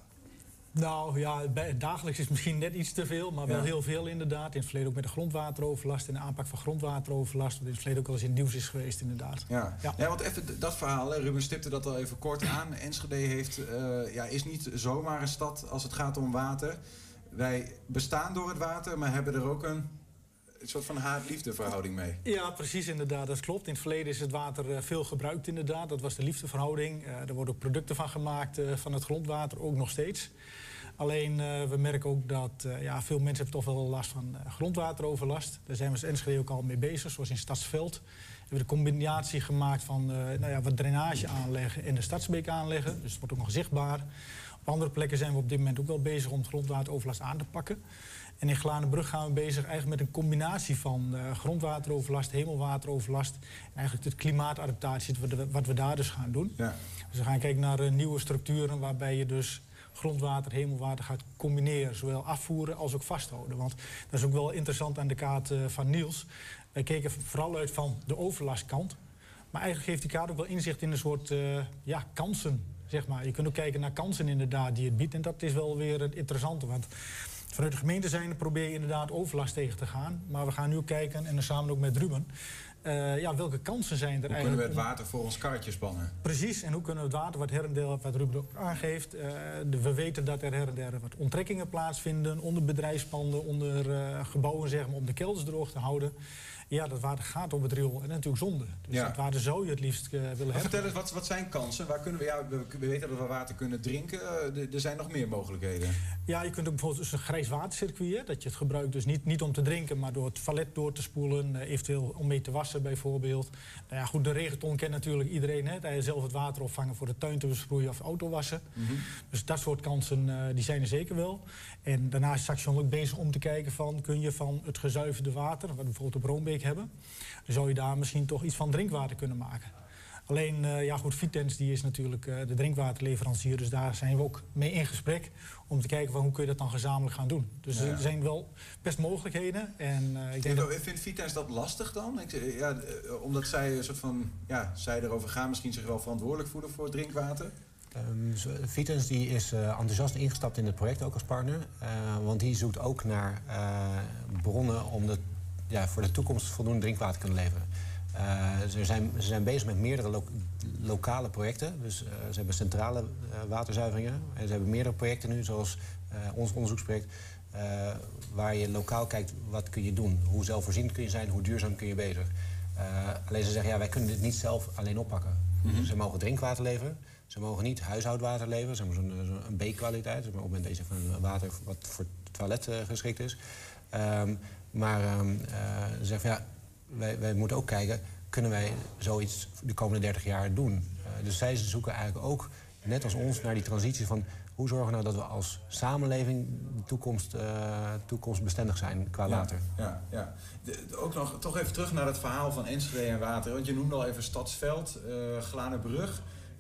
Nou ja, dagelijks is misschien net iets te veel, maar wel ja. heel veel inderdaad. In het verleden ook met de grondwateroverlast en de aanpak van grondwateroverlast. Wat in het verleden ook wel eens in het nieuws is geweest inderdaad. Ja, ja. ja want even dat verhaal, hè. Ruben stipte dat al even kort aan. Enschede heeft, uh, ja, is niet zomaar een stad als het gaat om water. Wij bestaan door het water, maar hebben er ook een... een soort van haat-liefde verhouding mee. Ja, precies inderdaad, dat klopt. In het verleden is het water uh, veel gebruikt inderdaad. Dat was de liefdeverhouding. Uh, er worden ook producten van gemaakt uh, van het grondwater, ook nog steeds. Alleen, uh, we merken ook dat uh, ja, veel mensen hebben toch wel last van uh, grondwateroverlast. Daar zijn we als Enschede ook al mee bezig, zoals in Stadsveld. We hebben de combinatie gemaakt van uh, nou ja, wat drainage aanleggen en de Stadsbeek aanleggen. Dus het wordt ook nog zichtbaar. Op andere plekken zijn we op dit moment ook wel bezig om grondwateroverlast aan te pakken. En in Glanenbrug gaan we bezig eigenlijk met een combinatie van uh, grondwateroverlast, hemelwateroverlast en eigenlijk de klimaatadaptatie, wat we, wat we daar dus gaan doen. Ja. Dus we gaan kijken naar uh, nieuwe structuren waarbij je dus grondwater, hemelwater gaat combineren. Zowel afvoeren als ook vasthouden. Want dat is ook wel interessant aan de kaart uh, van Niels. Wij keken vooral uit van de overlastkant. Maar eigenlijk geeft die kaart ook wel inzicht in een soort uh, ja, kansen, zeg maar. Je kunt ook kijken naar kansen inderdaad die het biedt. En dat is wel weer het interessante. Want vanuit de gemeente zijn probeer je inderdaad overlast tegen te gaan. Maar we gaan nu ook kijken, en dan samen ook met Ruben... Uh, ja, welke kansen zijn er hoe eigenlijk? Hoe kunnen we het water voor ons karretje spannen? Precies, en hoe kunnen we het water wat her en der, wat Ruben ook aangeeft... Uh, de, we weten dat er her en der wat onttrekkingen plaatsvinden... onder bedrijfspanden, onder uh, gebouwen, zeg maar, om de kelders droog te houden... Ja, dat water gaat op het riool en natuurlijk zonde. Dus ja. dat water zou je het liefst uh, willen hebben. Vertel eens, wat, wat zijn kansen? Waar kunnen we, ja, we, we weten dat we water kunnen drinken. Uh, er zijn nog meer mogelijkheden. Ja, je kunt ook bijvoorbeeld dus een grijs watercircuit... Hè, dat je het gebruikt dus niet, niet om te drinken... maar door het toilet door te spoelen. Uh, eventueel om mee te wassen bijvoorbeeld. Nou ja, goed, de regenton kent natuurlijk iedereen. Hè, dat je zelf het water opvangen voor de tuin te besproeien of auto wassen. Mm-hmm. Dus dat soort kansen uh, die zijn er zeker wel. En daarnaast is Saxion ook bezig om te kijken van... kun je van het gezuiverde water, wat we bijvoorbeeld op Roombeek hebben... dan zou je daar misschien toch iets van drinkwater kunnen maken. Alleen, uh, ja goed, Vitens die is natuurlijk uh, de drinkwaterleverancier... dus daar zijn we ook mee in gesprek om te kijken van hoe kun je dat dan gezamenlijk gaan doen. Dus ja. er zijn wel best mogelijkheden. En, uh, ik denk dat... dat... Vindt Vitens dat lastig dan? Ik, ja, omdat zij een soort van, ja, zij erover gaan, misschien zich wel verantwoordelijk voelen voor drinkwater? Um, Vitens die is uh, enthousiast ingestapt in het project, ook als partner. Uh, want die zoekt ook naar uh, bronnen om de, ja, voor de toekomst voldoende drinkwater te kunnen leveren. Uh, ze, zijn, ze zijn bezig met meerdere lo lokale projecten. Dus uh, ze hebben centrale uh, waterzuiveringen. En ze hebben meerdere projecten nu, zoals uh, ons onderzoeksproject... Uh, waar je lokaal kijkt, wat kun je doen? Hoe zelfvoorzienend kun je zijn? Hoe duurzaam kun je bezig? Uh, alleen ze zeggen, ja, wij kunnen dit niet zelf alleen oppakken. Mm-hmm. Dus ze mogen drinkwater leveren. Ze mogen niet huishoudwater leveren, zeg maar zo'n zo B-kwaliteit. Zeg maar op het moment dat je van water wat voor het toilet uh, geschikt is. Um, maar um, uh, ze zeggen, ja, wij, wij moeten ook kijken, kunnen wij zoiets de komende dertig jaar doen? Uh, dus zij zoeken eigenlijk ook, net als ons, naar die transitie van... hoe zorgen we nou dat we als samenleving de toekomst, uh, toekomstbestendig zijn qua ja, water? Ja, ja. De, de, ook nog toch even terug naar het verhaal van Enschede en water. Want je noemde al even Stadsveld, uh, Glanenbrug.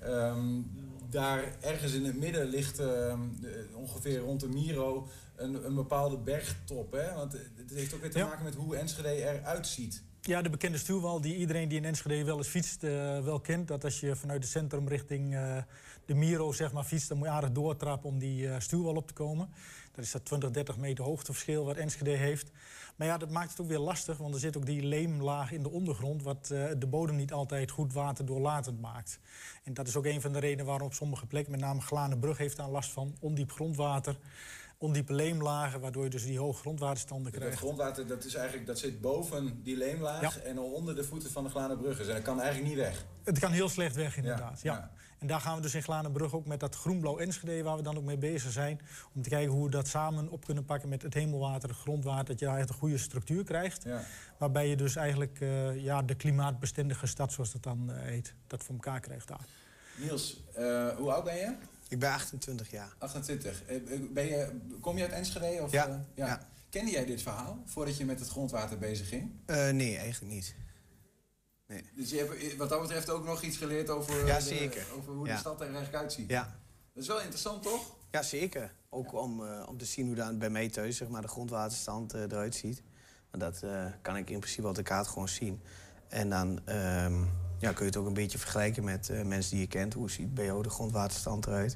Um, daar ergens in het midden ligt uh, de, ongeveer rond de Miro een, een bepaalde bergtop. Hè? Want het heeft ook weer te ja. maken met hoe Enschede eruit ziet. Ja, de bekende stuwwal die iedereen die in Enschede wel eens fietst uh, wel kent. Dat als je vanuit het centrum richting uh, de Miro zeg maar, fietst... dan moet je aardig doortrappen om die uh, stuwwal op te komen. Dat is dat twintig, dertig meter hoogteverschil wat Enschede heeft. Maar ja, dat maakt het ook weer lastig, want er zit ook die leemlaag in de ondergrond... wat uh, de bodem niet altijd goed waterdoorlatend maakt. En dat is ook een van de redenen waarom op sommige plekken... met name Glanenbrug heeft daar last van, ondiep grondwater... ondiepe leemlagen, waardoor je dus die hoge grondwaterstanden Dat krijgt. grondwater dat is eigenlijk, dat zit boven die leemlaag Ja. en onder de voeten van de Glanenbrugge. En dat kan eigenlijk niet weg. Het kan heel slecht weg, inderdaad. Ja, Ja, ja. ja. En daar gaan we dus in Glanenbrug ook met dat groenblauw Enschede, waar we dan ook mee bezig zijn, om te kijken hoe we dat samen op kunnen pakken met het hemelwater, het grondwater, dat je daar echt een goede structuur krijgt. Ja. Waarbij je dus eigenlijk uh, ja, de klimaatbestendige stad, zoals dat dan uh, heet, dat voor elkaar krijgt daar. Niels, uh, hoe oud ben je? Ik ben achtentwintig jaar. achtentwintig. Ben je, kom je uit Enschede? Of, Ja. Uh, ja. ja. Kende jij dit verhaal voordat je met het grondwater bezig ging? Uh, nee, eigenlijk niet. Nee. Dus je hebt wat dat betreft ook nog iets geleerd over, ja, de, zeker. over hoe ja. de stad er eigenlijk uitziet? Ja. Dat is wel interessant, toch? Ja, zeker. Ook ja. om, uh, om te zien hoe dan bij mij thuis zeg maar, de grondwaterstand uh, eruit ziet. Want dat uh, kan ik in principe op de kaart gewoon zien. En dan um, ja, kun je het ook een beetje vergelijken met uh, mensen die je kent. Hoe ziet bij jou de grondwaterstand eruit?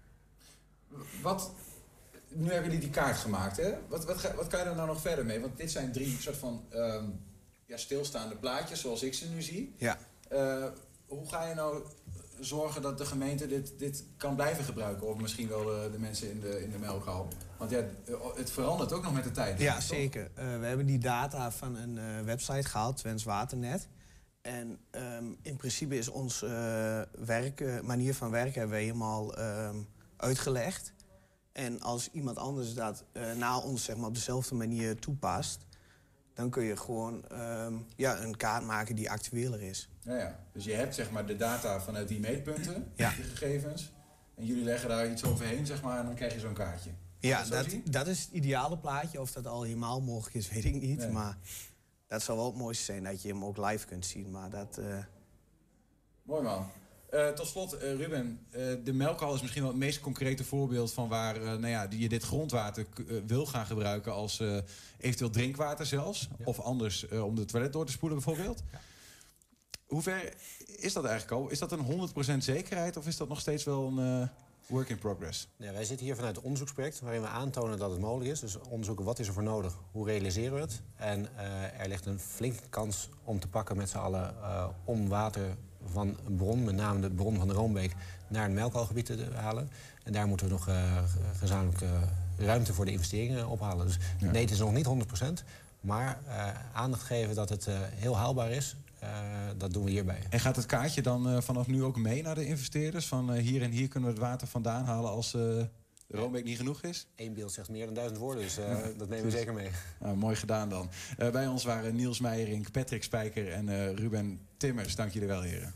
Wat, nu hebben jullie die kaart gemaakt, hè? Wat, wat, wat kan je er nou nog verder mee? Want dit zijn drie soort van um, ja, stilstaande plaatjes, zoals ik ze nu zie. Ja. Uh, hoe ga je nou zorgen dat de gemeente dit, dit kan blijven gebruiken? Of misschien wel de, de mensen in de, in de melkhal? Want ja, het verandert ook nog met de tijd. Ja, zeker. Uh, we hebben die data van een uh, website gehaald, Twents Waternet. En um, in principe is onze uh, werk, manier van werken hebben we helemaal um, uitgelegd. En als iemand anders dat uh, na ons zeg maar, op dezelfde manier toepast, dan kun je gewoon um, ja, een kaart maken die actueler is. Ja, ja. Dus je hebt zeg maar, de data vanuit die meetpunten, ja. die gegevens. En jullie leggen daar iets overheen zeg maar, en dan krijg je zo'n kaartje. Ja, dat, dat is het ideale plaatje. Of dat al helemaal mogelijk is, weet ik niet. Nee. Maar dat zou wel het mooiste zijn, dat je hem ook live kunt zien. Maar dat... Uh... Mooi man. Uh, tot slot, uh, Ruben, uh, de melkhal is misschien wel het meest concrete voorbeeld van waar uh, nou ja, je dit grondwater uh, wil gaan gebruiken als uh, eventueel drinkwater zelfs. Ja. Of anders uh, om de toilet door te spoelen bijvoorbeeld. Ja. Hoe ver is dat eigenlijk al? Is dat een honderd procent zekerheid of is dat nog steeds wel een uh, work in progress? Ja, wij zitten hier vanuit het onderzoeksproject waarin we aantonen dat het mogelijk is. Dus onderzoeken wat is er voor nodig, hoe realiseren we het. En uh, er ligt een flinke kans om te pakken met z'n allen uh, om water van een bron, met name de bron van de Roombeek, naar een melkhalgebied te halen. En daar moeten we nog uh, gezamenlijke ruimte voor de investeringen ophalen. Dus ja. nee, het is nog niet honderd procent. Maar uh, aandacht geven dat het uh, heel haalbaar is, uh, dat doen we hierbij. En gaat het kaartje dan uh, vanaf nu ook mee naar de investeerders? Van uh, hier en hier kunnen we het water vandaan halen als uh, de Roombeek niet genoeg is? Eén beeld zegt meer dan duizend woorden, dus uh, ja, dat nemen we dus, zeker mee. Nou, mooi gedaan dan. Uh, bij ons waren Niels Meijering, Patrick Spijker en uh, Ruben Timmers. Dank jullie wel, heren.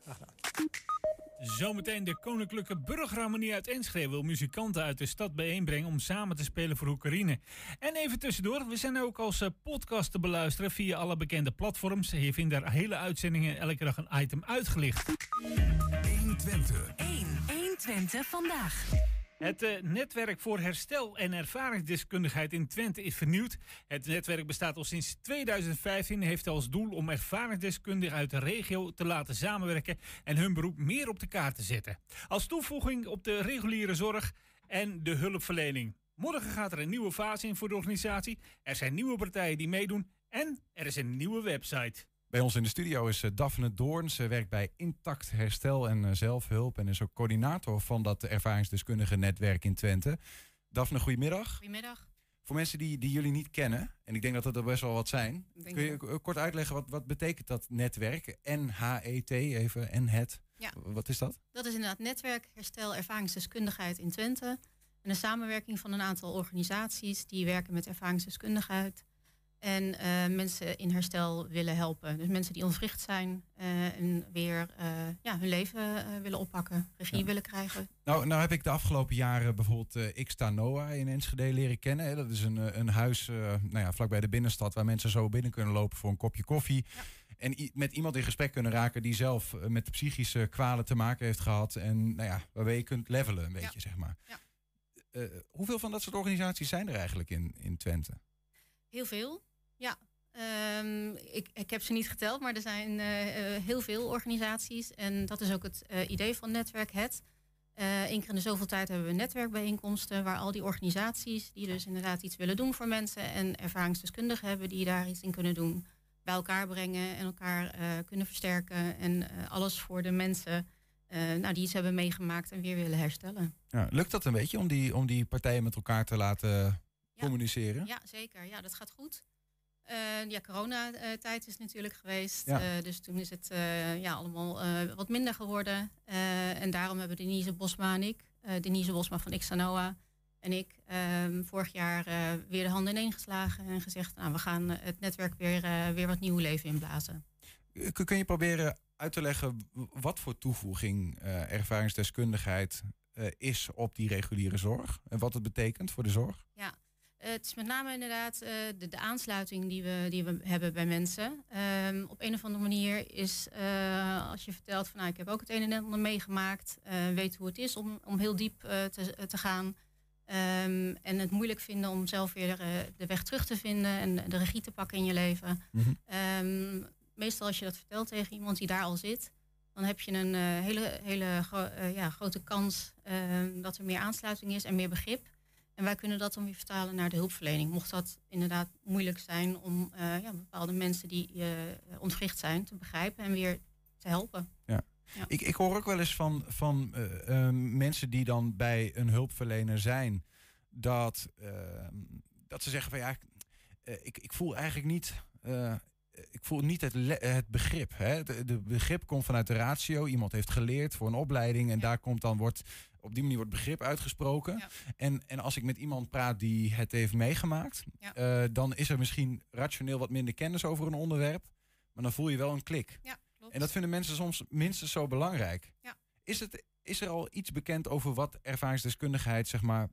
Zometeen de Koninklijke Burgerharmonie uit Enschede wil muzikanten uit de stad bijeenbrengen om samen te spelen voor Oekraïne. En even tussendoor, we zijn ook als podcast te beluisteren via alle bekende platforms. Je vindt daar hele uitzendingen elke dag een item uitgelicht. honderdtwintig. honderdtwintig vandaag. Het uh, netwerk voor herstel en ervaringsdeskundigheid in Twente is vernieuwd. Het netwerk bestaat al sinds tweeduizend vijftien en heeft als doel om ervaringsdeskundigen uit de regio te laten samenwerken en hun beroep meer op de kaart te zetten. Als toevoeging op de reguliere zorg en de hulpverlening. Morgen gaat er een nieuwe fase in voor de organisatie. Er zijn nieuwe partijen die meedoen en er is een nieuwe website. Bij ons in de studio is uh, Daphne Doorn. Ze werkt bij Intact Herstel en uh, Zelfhulp en is ook coördinator van dat ervaringsdeskundige netwerk in Twente. Daphne, goedemiddag. Goedemiddag. Voor mensen die, die jullie niet kennen, en ik denk dat dat er best wel wat zijn, denk kun je uh, kort uitleggen wat, wat betekent dat netwerk? N H E T even, en het. Ja. Wat is dat? Dat is inderdaad netwerk herstel ervaringsdeskundigheid in Twente. En een samenwerking van een aantal organisaties die werken met ervaringsdeskundigheid. En uh, mensen in herstel willen helpen. Dus mensen die ontwricht zijn uh, en weer uh, ja, hun leven uh, willen oppakken, regie ja. willen krijgen. Nou, nou heb ik de afgelopen jaren bijvoorbeeld uh, Ik Sta Noah in Enschede leren kennen. Hè. Dat is een, een huis uh, nou ja, vlakbij de binnenstad waar mensen zo binnen kunnen lopen voor een kopje koffie. Ja. En i- met iemand in gesprek kunnen raken die zelf uh, met psychische kwalen te maken heeft gehad. En nou ja, waarbij je kunt levelen een beetje, ja. zeg maar. Ja. Uh, hoeveel van dat soort organisaties zijn er eigenlijk in, in Twente? Heel veel. Ja, um, ik, ik heb ze niet geteld, maar er zijn uh, uh, heel veel organisaties. En dat is ook het uh, idee van Netwerk Het. Uh, Eén keer in de zoveel tijd hebben we netwerkbijeenkomsten waar al die organisaties die dus inderdaad iets willen doen voor mensen en ervaringsdeskundigen hebben die daar iets in kunnen doen, bij elkaar brengen en elkaar uh, kunnen versterken. En uh, alles voor de mensen uh, nou, die iets hebben meegemaakt en weer willen herstellen. Ja, lukt dat een beetje om die, om die partijen met elkaar te laten ja. communiceren? Ja, zeker. Ja, dat gaat goed. Uh, ja, coronatijd is natuurlijk geweest. Ja. Uh, dus toen is het uh, ja, allemaal uh, wat minder geworden. Uh, en daarom hebben Denise Bosma en ik, uh, Denise Bosma van Xanoa en ik, uh, vorig jaar uh, weer de handen ineen geslagen en gezegd, nou, we gaan het netwerk weer, uh, weer wat nieuw leven inblazen. Kun je proberen uit te leggen wat voor toevoeging uh, ervaringsdeskundigheid uh, is op die reguliere zorg? En wat het betekent voor de zorg? Ja. Uh, het is met name inderdaad uh, de, de aansluiting die we, die we hebben bij mensen. Um, op een of andere manier is, uh, als je vertelt van nou, ik heb ook het een en ander meegemaakt, uh, weet hoe het is om, om heel diep uh, te, te gaan. Um, en het moeilijk vinden om zelf weer uh, de weg terug te vinden en de regie te pakken in je leven. Mm-hmm. Um, meestal als je dat vertelt tegen iemand die daar al zit, dan heb je een uh, hele, hele gro- uh, ja, grote kans uh, dat er meer aansluiting is en meer begrip. En wij kunnen dat dan weer vertalen naar de hulpverlening. Mocht dat inderdaad moeilijk zijn om uh, ja, bepaalde mensen die uh, ontwricht zijn te begrijpen en weer te helpen. Ja. Ja. Ik, ik hoor ook wel eens van, van uh, uh, mensen die dan bij een hulpverlener zijn, dat, uh, dat ze zeggen van ja, uh, ik, ik voel eigenlijk niet. Uh, Ik voel niet het, le- het begrip. Hè? De, de begrip komt vanuit de ratio. Iemand heeft geleerd voor een opleiding. En ja. daar komt dan wordt, op die manier wordt begrip uitgesproken. Ja. En, en als ik met iemand praat die het heeft meegemaakt, ja. uh, dan is er misschien rationeel wat minder kennis over een onderwerp. Maar dan voel je wel een klik. Ja, klopt. En dat vinden mensen soms minstens zo belangrijk. Ja. Is, het, is er al iets bekend over wat ervaringsdeskundigheid, zeg maar,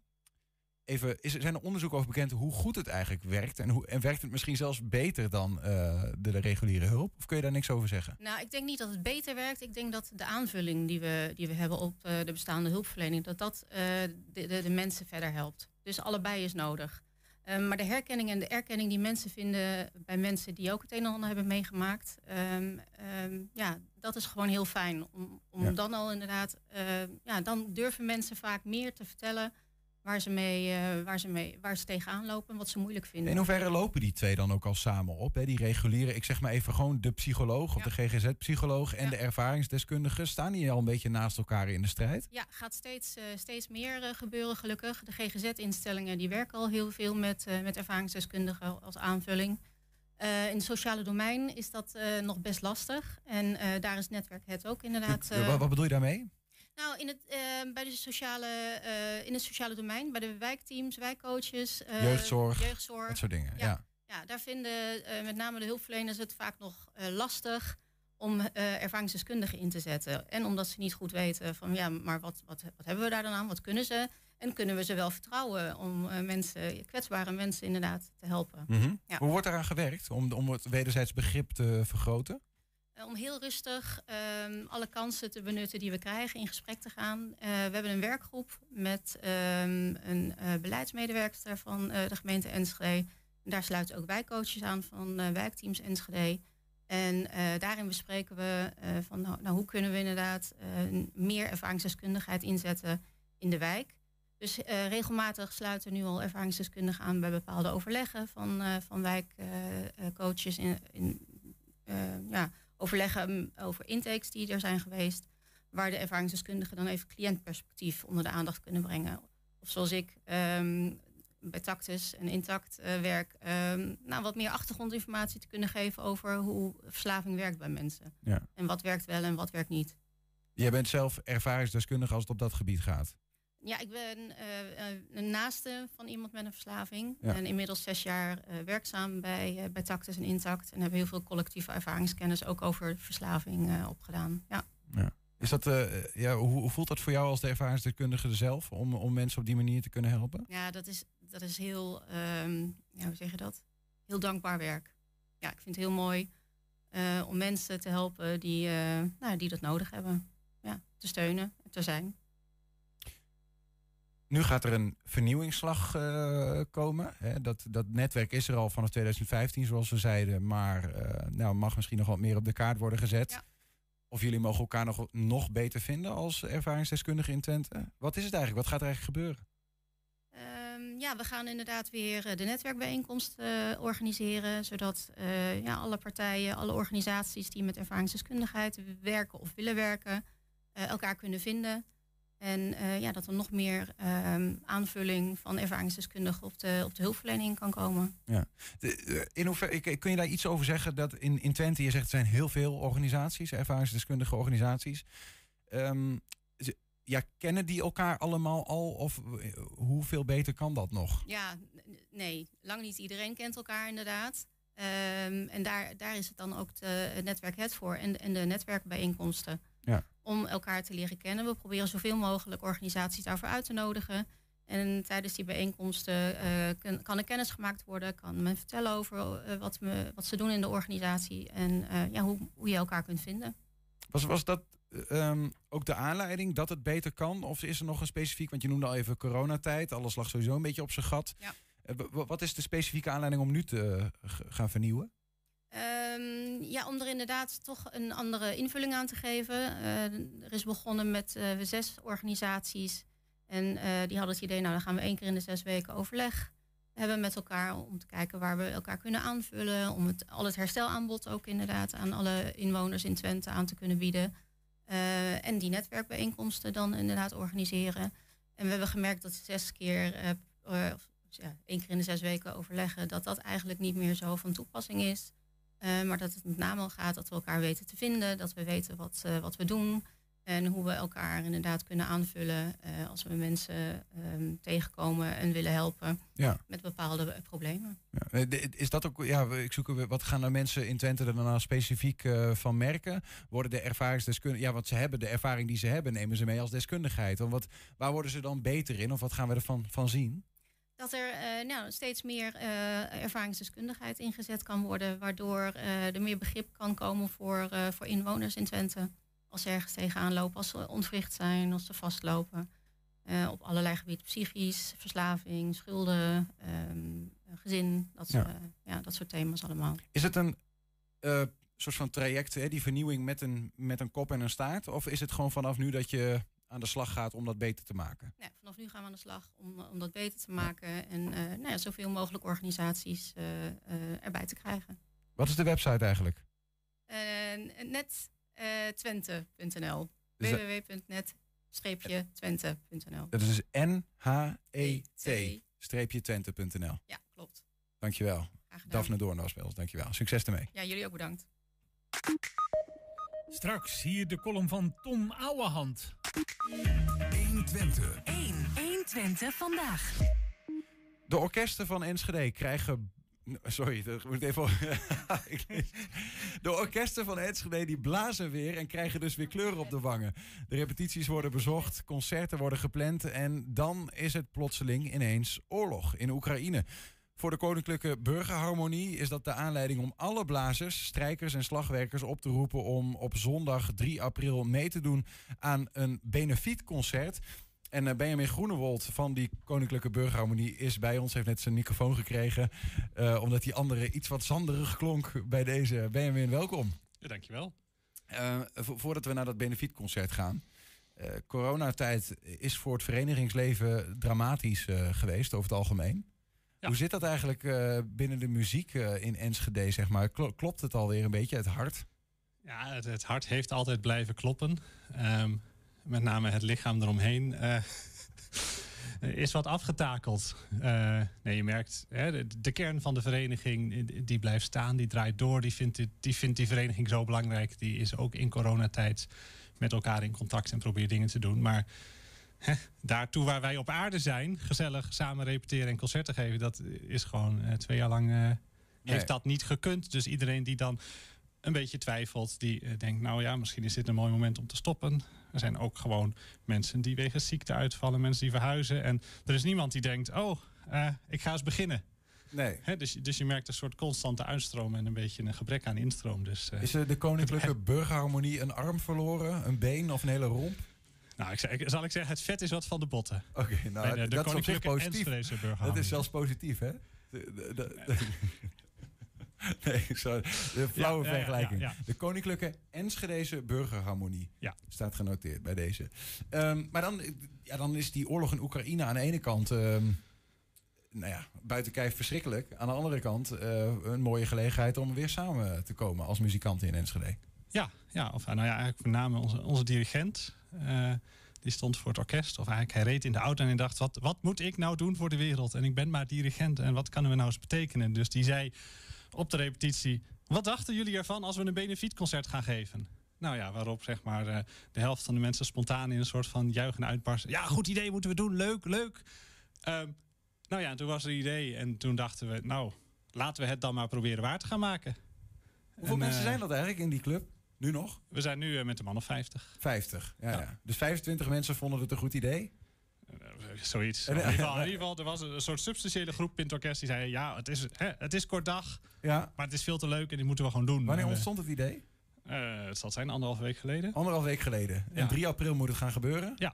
even, is er, zijn er onderzoeken over bekend hoe goed het eigenlijk werkt? En, hoe, en werkt het misschien zelfs beter dan uh, de, de reguliere hulp? Of kun je daar niks over zeggen? Nou, ik denk niet dat het beter werkt. Ik denk dat de aanvulling die we, die we hebben op uh, de bestaande hulpverlening, dat dat uh, de, de, de mensen verder helpt. Dus allebei is nodig. Um, maar de herkenning en de erkenning die mensen vinden bij mensen die ook het een en ander hebben meegemaakt, um, um, ja, dat is gewoon heel fijn. Om, om ja. dan al inderdaad, uh, ja, dan durven mensen vaak meer te vertellen waar ze mee, uh, waar ze mee, waar ze tegenaan lopen en wat ze moeilijk vinden. In hoeverre lopen die twee dan ook al samen op? Hè? Die reguliere, ik zeg maar even gewoon de psycholoog of ja. de G G Z-psycholoog en ja. de ervaringsdeskundige, staan die al een beetje naast elkaar in de strijd? Ja, gaat steeds, uh, steeds meer uh, gebeuren gelukkig. De G G Z-instellingen die werken al heel veel met, uh, met ervaringsdeskundigen als aanvulling. Uh, in het sociale domein is dat uh, nog best lastig. En uh, daar is Netwerk Het ook inderdaad. Uh, wat, wat bedoel je daarmee? Nou, in het, uh, bij de sociale, uh, in het sociale domein, bij de wijkteams, wijkcoaches, uh, jeugdzorg, jeugdzorg, dat soort dingen. Ja, ja. ja daar vinden uh, met name de hulpverleners het vaak nog uh, lastig om uh, ervaringsdeskundigen in te zetten. En omdat ze niet goed weten van ja, maar wat, wat, wat hebben we daar dan aan? Wat kunnen ze? En kunnen we ze wel vertrouwen om uh, mensen, kwetsbare mensen inderdaad te helpen? Mm-hmm. Ja. Hoe wordt eraan gewerkt om, om het wederzijds begrip te vergroten? Om heel rustig um, alle kansen te benutten die we krijgen, in gesprek te gaan. Uh, we hebben een werkgroep met um, een uh, beleidsmedewerker van uh, de gemeente Enschede. En daar sluiten ook wijkcoaches aan van uh, wijkteams Enschede. En uh, daarin bespreken we uh, van nou, nou, hoe kunnen we inderdaad uh, meer ervaringsdeskundigheid inzetten in de wijk. Dus uh, regelmatig sluiten nu al ervaringsdeskundigen aan bij bepaalde overleggen van, uh, van wijkcoaches uh, in, in uh, ja, overleggen over intakes die er zijn geweest, waar de ervaringsdeskundigen dan even cliëntperspectief onder de aandacht kunnen brengen. Of zoals ik um, bij Tactus en Intact uh, werk, um, nou, wat meer achtergrondinformatie te kunnen geven over hoe verslaving werkt bij mensen. Ja. En wat werkt wel en wat werkt niet. Jij bent zelf ervaringsdeskundige als het op dat gebied gaat? Ja, ik ben uh, een naaste van iemand met een verslaving. Ja. En inmiddels zes jaar uh, werkzaam bij, uh, bij Tactus en Intact. En heb heel veel collectieve ervaringskennis ook over verslaving uh, opgedaan. Ja. Ja. Is dat, uh, ja, hoe, hoe voelt dat voor jou als de ervaringsdeskundige zelf om, om mensen op die manier te kunnen helpen? Ja, dat is, dat is heel, um, ja, hoe zeg je dat? Heel dankbaar werk. Ja, ik vind het heel mooi uh, om mensen te helpen die, uh, nou, die dat nodig hebben. Ja, te steunen, te zijn. Nu gaat er een vernieuwingsslag uh, komen. Hè? Dat, dat netwerk is er al vanaf twintig vijftien, zoals we zeiden. Maar uh, nou, mag misschien nog wat meer op de kaart worden gezet. Ja. Of jullie mogen elkaar nog, nog beter vinden als ervaringsdeskundigen in Twente. Wat is het eigenlijk? Wat gaat er eigenlijk gebeuren? Um, ja, we gaan inderdaad weer de netwerkbijeenkomst uh, organiseren. Zodat uh, ja, alle partijen, alle organisaties die met ervaringsdeskundigheid werken of willen werken, uh, elkaar kunnen vinden. En uh, ja, dat er nog meer uh, aanvulling van ervaringsdeskundigen op de, op de hulpverlening kan komen. Ja. De, in hoever, kun je daar iets over zeggen? Dat in, in Twente, je zegt, er zijn heel veel organisaties, ervaringsdeskundige organisaties. Um, ja, kennen die elkaar allemaal al? Of hoeveel beter kan dat nog? Ja, nee, lang niet iedereen kent elkaar inderdaad. Um, en daar, daar is het dan ook de, het netwerk het voor en, en de netwerkbijeenkomsten. Ja. Om elkaar te leren kennen. We proberen zoveel mogelijk organisaties daarvoor uit te nodigen. En tijdens die bijeenkomsten uh, kan, kan er kennis gemaakt worden. Kan men vertellen over uh, wat, me, wat ze doen in de organisatie. En uh, ja, hoe, hoe je elkaar kunt vinden. Was, was dat um, ook de aanleiding dat het beter kan? Of is er nog een specifiek, want je noemde al even coronatijd. Alles lag sowieso een beetje op zijn gat. Ja. Uh, wat is de specifieke aanleiding om nu te uh, gaan vernieuwen? Um, ja, om er inderdaad toch een andere invulling aan te geven. Uh, er is begonnen met uh, zes organisaties. En uh, die hadden het idee, nou dan gaan we één keer in de zes weken overleg hebben met elkaar. Om te kijken waar we elkaar kunnen aanvullen. Om het, al het herstelaanbod ook inderdaad aan alle inwoners in Twente aan te kunnen bieden. Uh, en die netwerkbijeenkomsten dan inderdaad organiseren. En we hebben gemerkt dat zes keer, uh, uh, ja, één keer in de zes weken overleggen, dat dat eigenlijk niet meer zo van toepassing is. Uh, maar dat het met name al gaat dat we elkaar weten te vinden. Dat we weten wat, uh, wat we doen. En hoe we elkaar inderdaad kunnen aanvullen. Uh, als we mensen um, tegenkomen en willen helpen. Ja. Met bepaalde uh, problemen. Ja. Is dat ook, ja, ik zoek, wat gaan er mensen in Twente er dan nou specifiek uh, van merken? Worden de ervaringsdeskundigen, ja, want ze hebben de ervaring die ze hebben, nemen ze mee als deskundigheid. Want wat, waar worden ze dan beter in? Of wat gaan we ervan van zien? Dat er uh, nou, steeds meer uh, ervaringsdeskundigheid ingezet kan worden. Waardoor uh, er meer begrip kan komen voor, uh, voor inwoners in Twente. Als ze ergens tegenaan lopen, als ze ontwricht zijn, als ze vastlopen. Uh, op allerlei gebieden, psychisch, verslaving, schulden, um, gezin. Dat, ja. Uh, ja, dat soort thema's allemaal. Is het een uh, soort van traject, hè, die vernieuwing met een, met een kop en een staart? Of is het gewoon vanaf nu dat je aan de slag gaat om dat beter te maken? Nee, vanaf nu gaan we aan de slag om, om dat beter te maken. Ja. En uh, nou ja, zoveel mogelijk organisaties uh, uh, erbij te krijgen. Wat is de website eigenlijk? Uh, net uh, twente punt n l. w w w punt net twente punt n l. Dat is dus N H E T Twente punt n l. Ja, klopt. Dankjewel. Daphne Doornbos, dankjewel. Succes ermee. Ja, jullie ook bedankt. Straks hier de column van Tom Ouwehand. één Twente. één Twente vandaag. De orkesten van Enschede krijgen... Sorry, dat moet even... De orkesten van Enschede die blazen weer en krijgen dus weer kleuren op de wangen. De repetities worden bezocht, concerten worden gepland en dan is het plotseling ineens oorlog in Oekraïne. Voor de Koninklijke Burgerharmonie is dat de aanleiding om alle blazers, strijkers en slagwerkers op te roepen om op zondag drie april mee te doen aan een benefietconcert. En uh, Benjamin Groenewold van die Koninklijke Burgerharmonie is bij ons, heeft net zijn microfoon gekregen, uh, omdat die andere iets wat zanderig klonk bij deze. Benjamin, welkom. Ja, dankjewel. Uh, vo- voordat we naar dat benefietconcert gaan. Uh, coronatijd is voor het verenigingsleven dramatisch uh, geweest over het algemeen. Ja. Hoe zit dat eigenlijk uh, binnen de muziek uh, in Enschede, zeg maar? Klopt het alweer een beetje, het hart? Ja, het, het hart heeft altijd blijven kloppen. Um, met name het lichaam eromheen uh, is wat afgetakeld. Uh, nee, je merkt, hè, de, de kern van de vereniging die blijft staan, die draait door. Die vindt, die, die vindt die vereniging zo belangrijk. Die is ook in coronatijd met elkaar in contact en probeert dingen te doen. Maar Hè, daartoe waar wij op aarde zijn, gezellig samen repeteren en concerten geven, dat is gewoon uh, twee jaar lang uh, nee. heeft dat niet gekund. Dus iedereen die dan een beetje twijfelt, die uh, denkt, nou ja, misschien is dit een mooi moment om te stoppen. Er zijn ook gewoon mensen die wegens ziekte uitvallen, mensen die verhuizen. En er is niemand die denkt, oh, uh, ik ga eens beginnen. Nee. Hè, dus, dus je merkt een soort constante uitstroom en een beetje een gebrek aan instroom. Dus, uh, is de Koninklijke het, Burgerharmonie een arm verloren, een been of een hele romp? Nou, ik, ik, zal ik zeggen, het vet is wat van de botten. Oké, okay, nou, de, de dat is op zich positief. Dat is zelfs positief, hè? De, de, de, de, nee, sorry. De flauwe ja, vergelijking. Ja, ja, ja. De Koninklijke Enschedese Burgerharmonie ja. staat genoteerd bij deze. Um, maar dan, ja, dan is die oorlog in Oekraïne aan de ene kant, um, nou ja, buiten kijf verschrikkelijk. Aan de andere kant uh, een mooie gelegenheid om weer samen te komen als muzikanten in Enschede. Ja, ja, of nou ja, eigenlijk met name onze, onze dirigent. Uh, die stond voor het orkest. Of eigenlijk hij reed in de auto en hij dacht, wat, wat moet ik nou doen voor de wereld? En ik ben maar dirigent en wat kunnen we nou eens betekenen? Dus die zei op de repetitie, wat dachten jullie ervan als we een benefietconcert gaan geven? Nou ja, waarop zeg maar uh, de helft van de mensen spontaan in een soort van juichen uitbarsten. Ja, goed idee, moeten we doen, leuk, leuk. Uh, nou ja, toen was er een idee en toen dachten we, nou, laten we het dan maar proberen waar te gaan maken. Hoeveel en, mensen uh, zijn dat eigenlijk in die club? Nu nog? We zijn nu uh, met een man of vijftig. vijftig, ja, ja. ja. Dus vijfentwintig mensen vonden het een goed idee? Uh, zoiets. In ieder, geval, in ieder geval, er was een soort substantiële groep in het orkest die zei, ja, het is, hè, het is kort dag, ja. maar het is veel te leuk en die moeten we gewoon doen. Wanneer ontstond het idee? Uh, het zal zijn anderhalve week geleden. Anderhalve week geleden. Ja. En drie april moet het gaan gebeuren? Ja.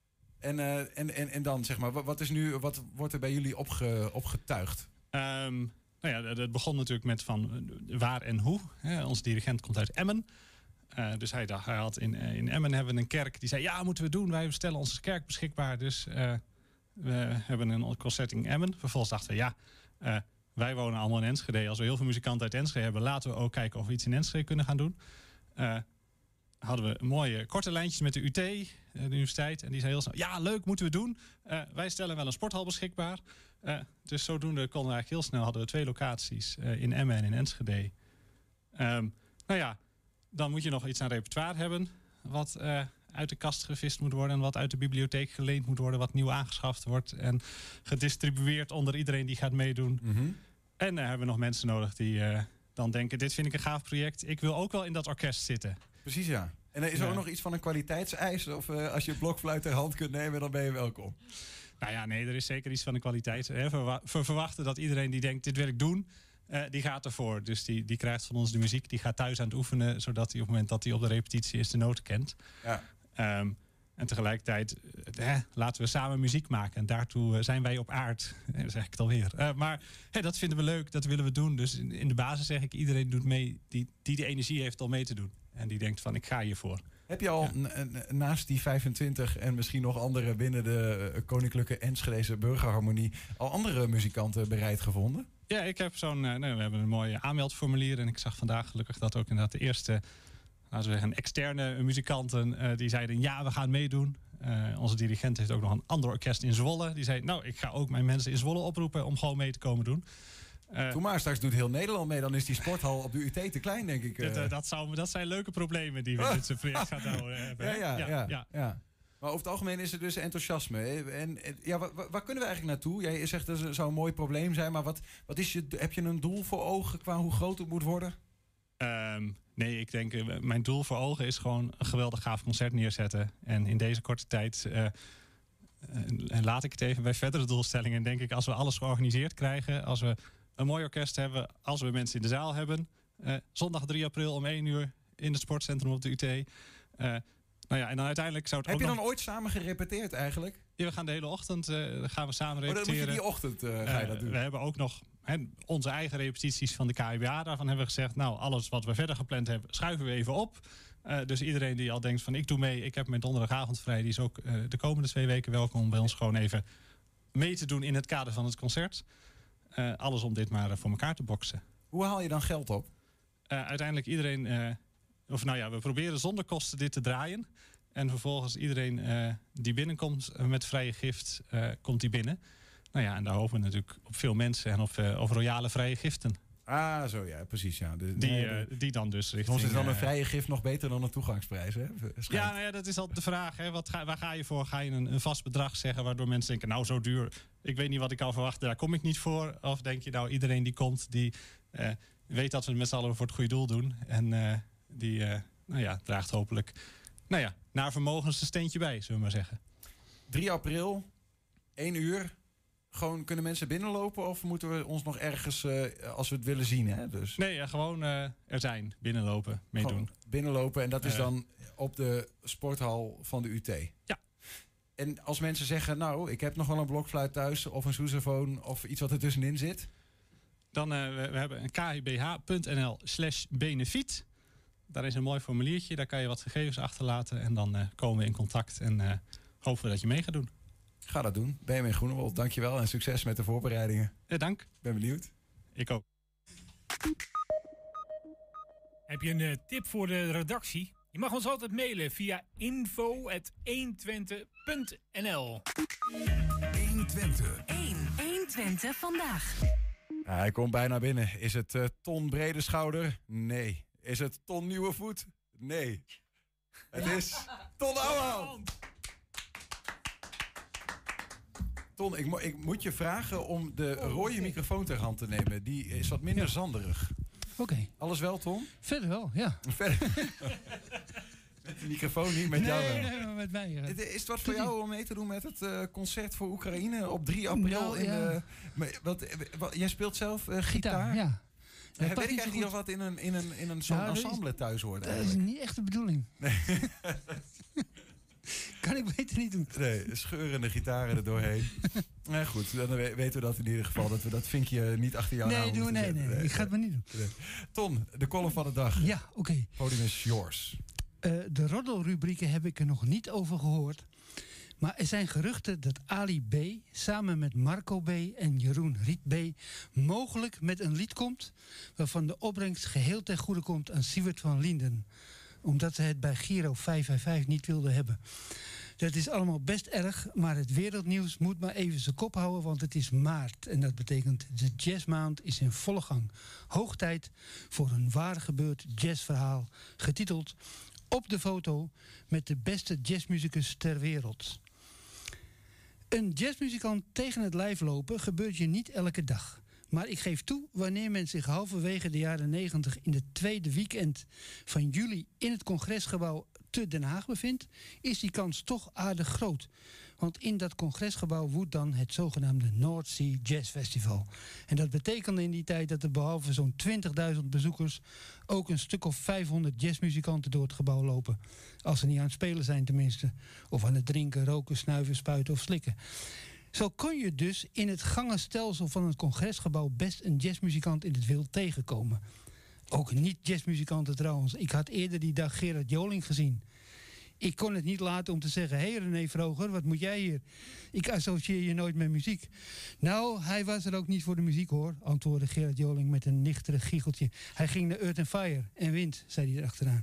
En, uh, en, en, en dan, zeg maar, wat, is nu, wat wordt er bij jullie opge, opgetuigd? Um, nou ja, het begon natuurlijk met van waar en hoe. Hè. Onze dirigent komt uit Emmen. Uh, dus hij dacht, hij had in, uh, in Emmen hebben we een kerk die zei, ja, moeten we doen. Wij stellen onze kerk beschikbaar. Dus uh, we hebben een concert in Emmen. Vervolgens dachten we, ja, uh, wij wonen allemaal in Enschede. Als we heel veel muzikanten uit Enschede hebben, laten we ook kijken of we iets in Enschede kunnen gaan doen. Uh, hadden we mooie korte lijntjes met de U T, de universiteit. En die zei heel snel, ja, leuk, moeten we doen. Uh, wij stellen wel een sporthal beschikbaar. Uh, dus zodoende konden we eigenlijk heel snel, hadden we twee locaties uh, in Emmen en in Enschede. Um, nou ja, dan moet je nog iets aan repertoire hebben. Wat uh, uit de kast gevist moet worden. En wat uit de bibliotheek geleend moet worden. Wat nieuw aangeschaft wordt. En gedistribueerd onder iedereen die gaat meedoen. Mm-hmm. En dan uh, hebben we nog mensen nodig die uh, dan denken, dit vind ik een gaaf project. Ik wil ook wel in dat orkest zitten. Precies, ja. En er is ja. ook nog iets van een kwaliteitseis? Of uh, als je een blokfluit ter hand kunt nemen, dan ben je welkom? Nou ja, nee, er is zeker iets van de kwaliteit. Hè. We verwachten dat iedereen die denkt, dit wil ik doen, uh, die gaat ervoor. Dus die, die krijgt van ons de muziek, die gaat thuis aan het oefenen, zodat hij op het moment dat hij op de repetitie is de noten kent. Ja. Um, en tegelijkertijd, uh, hè, laten we samen muziek maken. En daartoe uh, zijn wij op aard. Dat zeg ik het alweer. Uh, maar hey, dat vinden we leuk, dat willen we doen. Dus in, in de basis zeg ik, iedereen doet mee die, die de energie heeft om mee te doen. En die denkt van, ik ga hiervoor. Heb je al ja. n- n- naast die vijfentwintig en misschien nog andere binnen de uh, Koninklijke Enschedese Burgerharmonie al andere muzikanten bereid gevonden? Ja, ik heb zo'n. Uh, nou, we hebben een mooi aanmeldformulier en ik zag vandaag gelukkig dat ook inderdaad de eerste, laten we zeggen, externe muzikanten uh, die zeiden ja, we gaan meedoen. Uh, onze dirigent heeft ook nog een ander orkest in Zwolle. Die zei, nou, ik ga ook mijn mensen in Zwolle oproepen om gewoon mee te komen doen. Uh, Toen maar, straks doet heel Nederland mee. Dan is die sporthal op de U T te klein, denk ik. Uh. Dat, uh, dat, zou, dat zijn leuke problemen die we in dit project gaan houden hebben. Ja ja, ja, ja, ja. ja. Maar over het algemeen is er dus enthousiasme. En, en ja, waar, waar kunnen we eigenlijk naartoe? Jij zegt dat het zou een mooi probleem zijn. Maar wat, wat is je, heb je een doel voor ogen qua hoe groot het moet worden? Um, nee, ik denk, uh, mijn doel voor ogen is gewoon een geweldig gaaf concert neerzetten. En in deze korte tijd uh, uh, laat ik het even bij verdere doelstellingen. Denk ik, als we alles georganiseerd krijgen, als we een mooi orkest hebben, als we mensen in de zaal hebben. Uh, zondag drie april om één uur in het sportcentrum op de U T. Uh, nou ja, en dan uiteindelijk zou het Heb ook je nog... dan ooit samen gerepeteerd eigenlijk? Ja, we gaan de hele ochtend uh, gaan we samen repeteren. Oh, dan moet je die ochtend uh, ga je dat doen? Uh, we hebben ook nog hè, onze eigen repetities van de K I B A. Daarvan hebben we gezegd, nou, alles wat we verder gepland hebben, schuiven we even op. Uh, dus iedereen die al denkt van, ik doe mee, ik heb mijn donderdagavond vrij, die is ook uh, de komende twee weken welkom om bij ons gewoon even mee te doen in het kader van het concert. Uh, alles om dit maar uh, voor elkaar te boksen. Hoe haal je dan geld op? Uh, uiteindelijk iedereen, uh, of nou ja, we proberen zonder kosten dit te draaien. En vervolgens iedereen uh, die binnenkomt uh, met vrije gift, uh, komt die binnen. Nou ja, en daar hopen we natuurlijk op veel mensen en op, uh, op royale vrije giften. Ah, zo ja, precies. Ja. De, die, nee, uh, de, die dan dus richting... Soms is dan een vrije gift nog beter dan een toegangsprijs, hè? Ja, nou ja, dat is altijd de vraag. Hè. Wat ga, waar ga je voor? Ga je een, een vast bedrag zeggen waardoor mensen denken, nou zo duur, ik weet niet wat ik kan verwachten, daar kom ik niet voor. Of denk je, nou iedereen die komt, die uh, weet dat we het met z'n allen voor het goede doel doen. En uh, die uh, nou ja, draagt hopelijk, nou ja, naar vermogens een steentje bij, zullen we maar zeggen. drie april, één uur. Gewoon kunnen mensen binnenlopen of moeten we ons nog ergens, uh, als we het willen zien? Hè? Dus. Nee, ja, gewoon uh, er zijn, binnenlopen, meedoen. Gewoon binnenlopen en dat is dan op de sporthal van de U T? Ja. En als mensen zeggen, nou, ik heb nog wel een blokfluit thuis of een sousaphone of iets wat er tussenin zit? Dan uh, we, we hebben een k i b h punt n l slash benefiet. Daar is een mooi formuliertje, daar kan je wat gegevens achterlaten en dan uh, komen we in contact en uh, hopen we dat je mee gaat doen. Ga dat doen. Benjamin Groenewold, dankjewel en succes met de voorbereidingen. Ja, dank. Ben benieuwd. Ik ook. Heb je een uh, tip voor de redactie? Je mag ons altijd mailen via info at honderdtwintig punt n l. honderdtwintig. honderdtwintig vandaag. Ja, hij komt bijna binnen. Is het uh, Ton Brede Schouder? Nee. Is het Ton Nieuwe Voet? Nee. Het is Ton Ouwehand. Ton, ik, mo- ik moet je vragen om de rode microfoon ter hand te nemen. Die is wat minder ja. zanderig. Oké. Okay. Alles wel, Ton? Verder wel, ja. Verder. Met de microfoon niet, met nee, jou wel. Nee, maar met mij. Ja. Is het wat voor jou om mee te doen met het uh, concert voor Oekraïne op drie april? Nou, in ja. de, maar, wat, wat, jij speelt zelf uh, gitaar? Gitaar, ja. Ja, weet ik eigenlijk niet of wat in een, in een, in een zo'n ja, ensemble is, thuis hoort. Dat is niet echt de bedoeling. Nee. Kan ik beter niet doen. Nee, scheurende gitaren er doorheen. Nee, goed, dan weten we dat in ieder geval. Dat we dat vinkje niet achter jou nee, houden. Doe, nee, nee, nee, ik ga het maar niet doen. Nee. Ton, de column van de dag. Ja, oké. Okay. Podium is yours. Uh, de roddelrubrieken heb ik er nog niet over gehoord. Maar er zijn geruchten dat Ali B. samen met Marco B. en Jeroen Riet B. mogelijk met een lied komt waarvan de opbrengst geheel ten goede komt aan Siewert van Linden. Omdat ze het bij Giro vijf vijf vijf niet wilden hebben. Dat is allemaal best erg, maar het wereldnieuws moet maar even zijn kop houden, want het is maart. En dat betekent de jazzmaand is in volle gang. Hoog tijd voor een waar gebeurd jazzverhaal, getiteld Op de foto met de beste jazzmuzikus ter wereld. Een jazzmuzikant tegen het lijf lopen gebeurt je niet elke dag. Maar ik geef toe, wanneer men zich halverwege de jaren negentig in het tweede weekend van juli in het Congresgebouw te Den Haag bevindt, is die kans toch aardig groot. Want in dat Congresgebouw woedt dan het zogenaamde North Sea Jazz Festival. En dat betekende in die tijd dat er behalve zo'n twintigduizend bezoekers ook een stuk of vijfhonderd jazzmuzikanten door het gebouw lopen. Als ze niet aan het spelen zijn tenminste. Of aan het drinken, roken, snuiven, spuiten of slikken. Zo kon je dus in het gangenstelsel van het Congresgebouw best een jazzmuzikant in het wild tegenkomen. Ook niet-jazzmuzikanten trouwens. Ik had eerder die dag Gerard Joling gezien. Ik kon het niet laten om te zeggen, hé hey René Vroger, wat moet jij hier? Ik associeer je nooit met muziek. Nou, hij was er ook niet voor de muziek hoor, antwoordde Gerard Joling met een nichterig giecheltje. Hij ging naar Earth and Fire en Wind, zei hij erachteraan.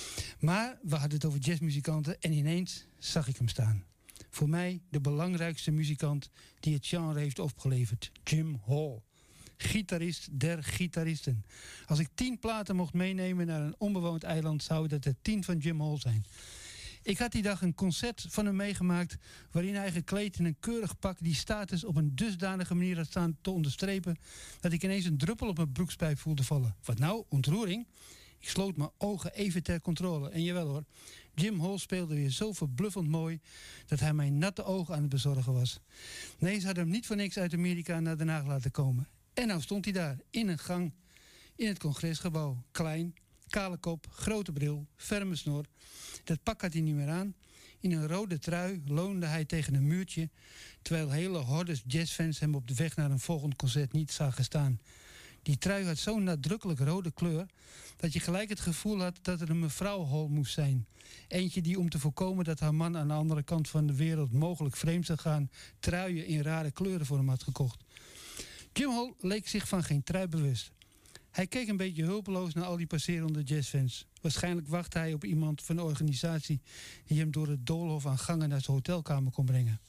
Maar we hadden het over jazzmuzikanten en ineens zag ik hem staan. Voor mij de belangrijkste muzikant die het genre heeft opgeleverd, Jim Hall. Gitarist der gitaristen. Als ik tien platen mocht meenemen naar een onbewoond eiland, zou dat er tien van Jim Hall zijn. Ik had die dag een concert van hem meegemaakt waarin hij gekleed in een keurig pak die status op een dusdanige manier had staan te onderstrepen dat ik ineens een druppel op mijn broekspijp voelde vallen. Wat nou? Ontroering? Ik sloot mijn ogen even ter controle. En jawel hoor, Jim Hall speelde weer zo verbluffend mooi dat hij mijn natte ogen aan het bezorgen was. Nee, ze hadden hem niet voor niks uit Amerika naar Den Haag laten komen. En nou stond hij daar, in een gang, in het Congresgebouw. Klein, kale kop, grote bril, ferme snor. Dat pak had hij niet meer aan. In een rode trui loonde hij tegen een muurtje, terwijl hele hordes jazzfans hem op de weg naar een volgend concert niet zagen staan. Die trui had zo'n nadrukkelijk rode kleur dat je gelijk het gevoel had dat er een mevrouw Hall moest zijn. Eentje die, om te voorkomen dat haar man aan de andere kant van de wereld mogelijk vreemd zou gaan, truien in rare kleuren voor hem had gekocht. Jim Hall leek zich van geen trui bewust. Hij keek een beetje hulpeloos naar al die passerende jazzfans. Waarschijnlijk wachtte hij op iemand van de organisatie die hem door het doolhof aan gangen naar zijn hotelkamer kon brengen.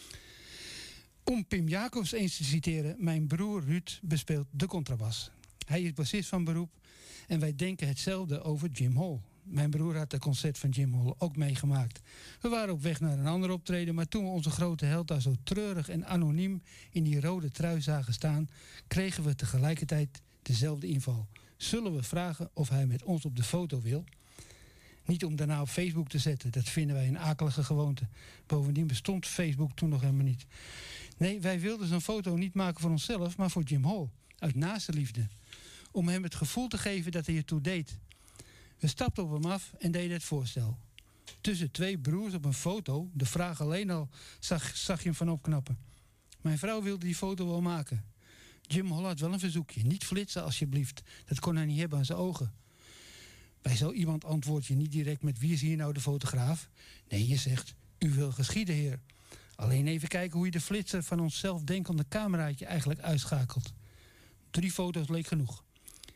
Om Pim Jacobs eens te citeren, mijn broer Ruud bespeelt de contrabas. Hij is bassist van beroep en wij denken hetzelfde over Jim Hall. Mijn broer had het concert van Jim Hall ook meegemaakt. We waren op weg naar een ander optreden, maar toen we onze grote held daar zo treurig en anoniem in die rode trui zagen staan, kregen we tegelijkertijd dezelfde inval. Zullen we vragen of hij met ons op de foto wil? Niet om daarna op Facebook te zetten, dat vinden wij een akelige gewoonte. Bovendien bestond Facebook toen nog helemaal niet. Nee, wij wilden zo'n foto niet maken voor onszelf, maar voor Jim Hall. Uit naaste liefde. Om hem het gevoel te geven dat hij ertoe deed. We stapten op hem af en deden het voorstel. Tussen twee broers op een foto, de vraag alleen al, zag, zag je hem van opknappen. Mijn vrouw wilde die foto wel maken. Jim Hall had wel een verzoekje. Niet flitsen alsjeblieft. Dat kon hij niet hebben aan zijn ogen. Bij zo iemand antwoord je niet direct met wie is hier nou de fotograaf. Nee, je zegt, u wil geschieden, heer. Alleen even kijken hoe je de flitser van ons zelfdenkende cameraatje eigenlijk uitschakelt. Drie foto's leek genoeg. We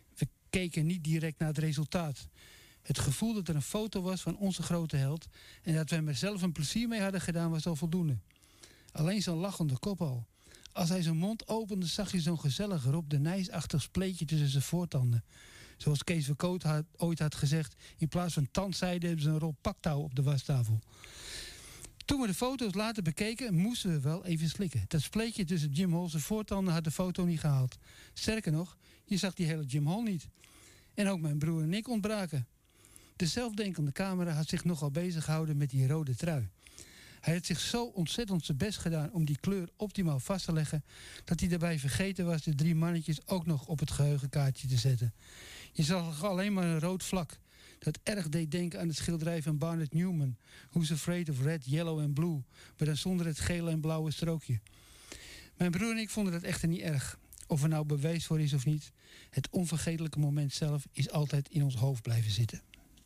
keken niet direct naar het resultaat. Het gevoel dat er een foto was van onze grote held en dat we hem er zelf een plezier mee hadden gedaan was al voldoende. Alleen zo'n lachende kop al. Als hij zijn mond opende zag je zo'n gezellig Rob de Nijs-achtig spleetje tussen zijn voortanden. Zoals Kees Verkoot had, ooit had gezegd, in plaats van tandzijde hebben ze een rol paktouw op de wastafel. Toen we de foto's later bekeken, moesten we wel even slikken. Dat spleetje tussen Jim Hall zijn voortanden had de foto niet gehaald. Sterker nog, je zag die hele Jim Hall niet. En ook mijn broer en ik ontbraken. De zelfdenkende camera had zich nogal bezig gehouden met die rode trui. Hij had zich zo ontzettend zijn best gedaan om die kleur optimaal vast te leggen, dat hij daarbij vergeten was de drie mannetjes ook nog op het geheugenkaartje te zetten. Je zag alleen maar een rood vlak, dat erg deed denken aan het schilderij van Barnett Newman, Who's Afraid of Red, Yellow and Blue, maar dan zonder het gele en blauwe strookje. Mijn broer en ik vonden dat echter niet erg. Of er nou bewijs voor is of niet, het onvergetelijke moment zelf is altijd in ons hoofd blijven zitten.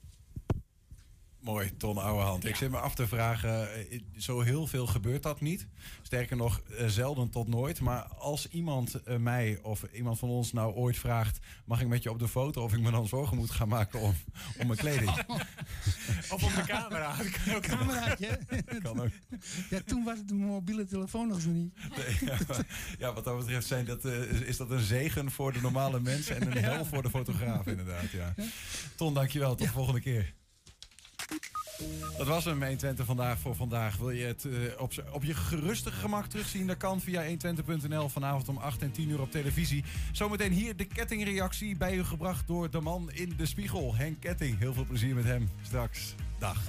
Mooi, Ton Ouwehand. Ja. Ik zit me af te vragen, zo heel veel gebeurt dat niet. Sterker nog, zelden tot nooit. Maar als iemand uh, mij of iemand van ons nou ooit vraagt, mag ik met je op de foto, of ik me dan zorgen moet gaan maken om, om mijn kleding. Of op de camera. Dat kan ook. Cameraatje. Kan ook. Ja, toen was het de mobiele telefoon nog zo niet. Nee, ja, maar, ja, wat dat betreft zijn dat, uh, is dat een zegen voor de normale mensen en een hel ja. voor de fotograaf inderdaad. Ja. Ton, dankjewel. Tot ja. de volgende keer. Dat was hem, honderdtwintig vandaag voor vandaag. Wil je het uh, op, op je gerustige gemak terugzien? Dat kan via honderdtwintig punt n l vanavond om acht en tien uur op televisie. Zometeen hier de kettingreactie bij u gebracht door de man in de spiegel, Henk Ketting. Heel veel plezier met hem straks. Dag.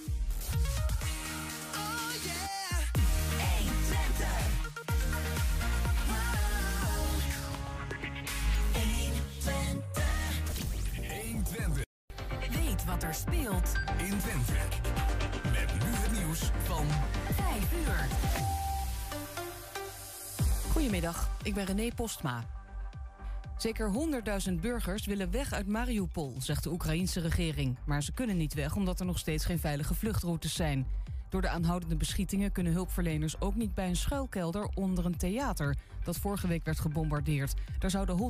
Wat er speelt in Twente. Met nu het nieuws van vijf uur. Goedemiddag, ik ben René Postma. Zeker honderdduizend burgers willen weg uit Mariupol, zegt de Oekraïense regering. Maar ze kunnen niet weg omdat er nog steeds geen veilige vluchtroutes zijn. Door de aanhoudende beschietingen kunnen hulpverleners ook niet bij een schuilkelder onder een theater dat vorige week werd gebombardeerd. Daar zouden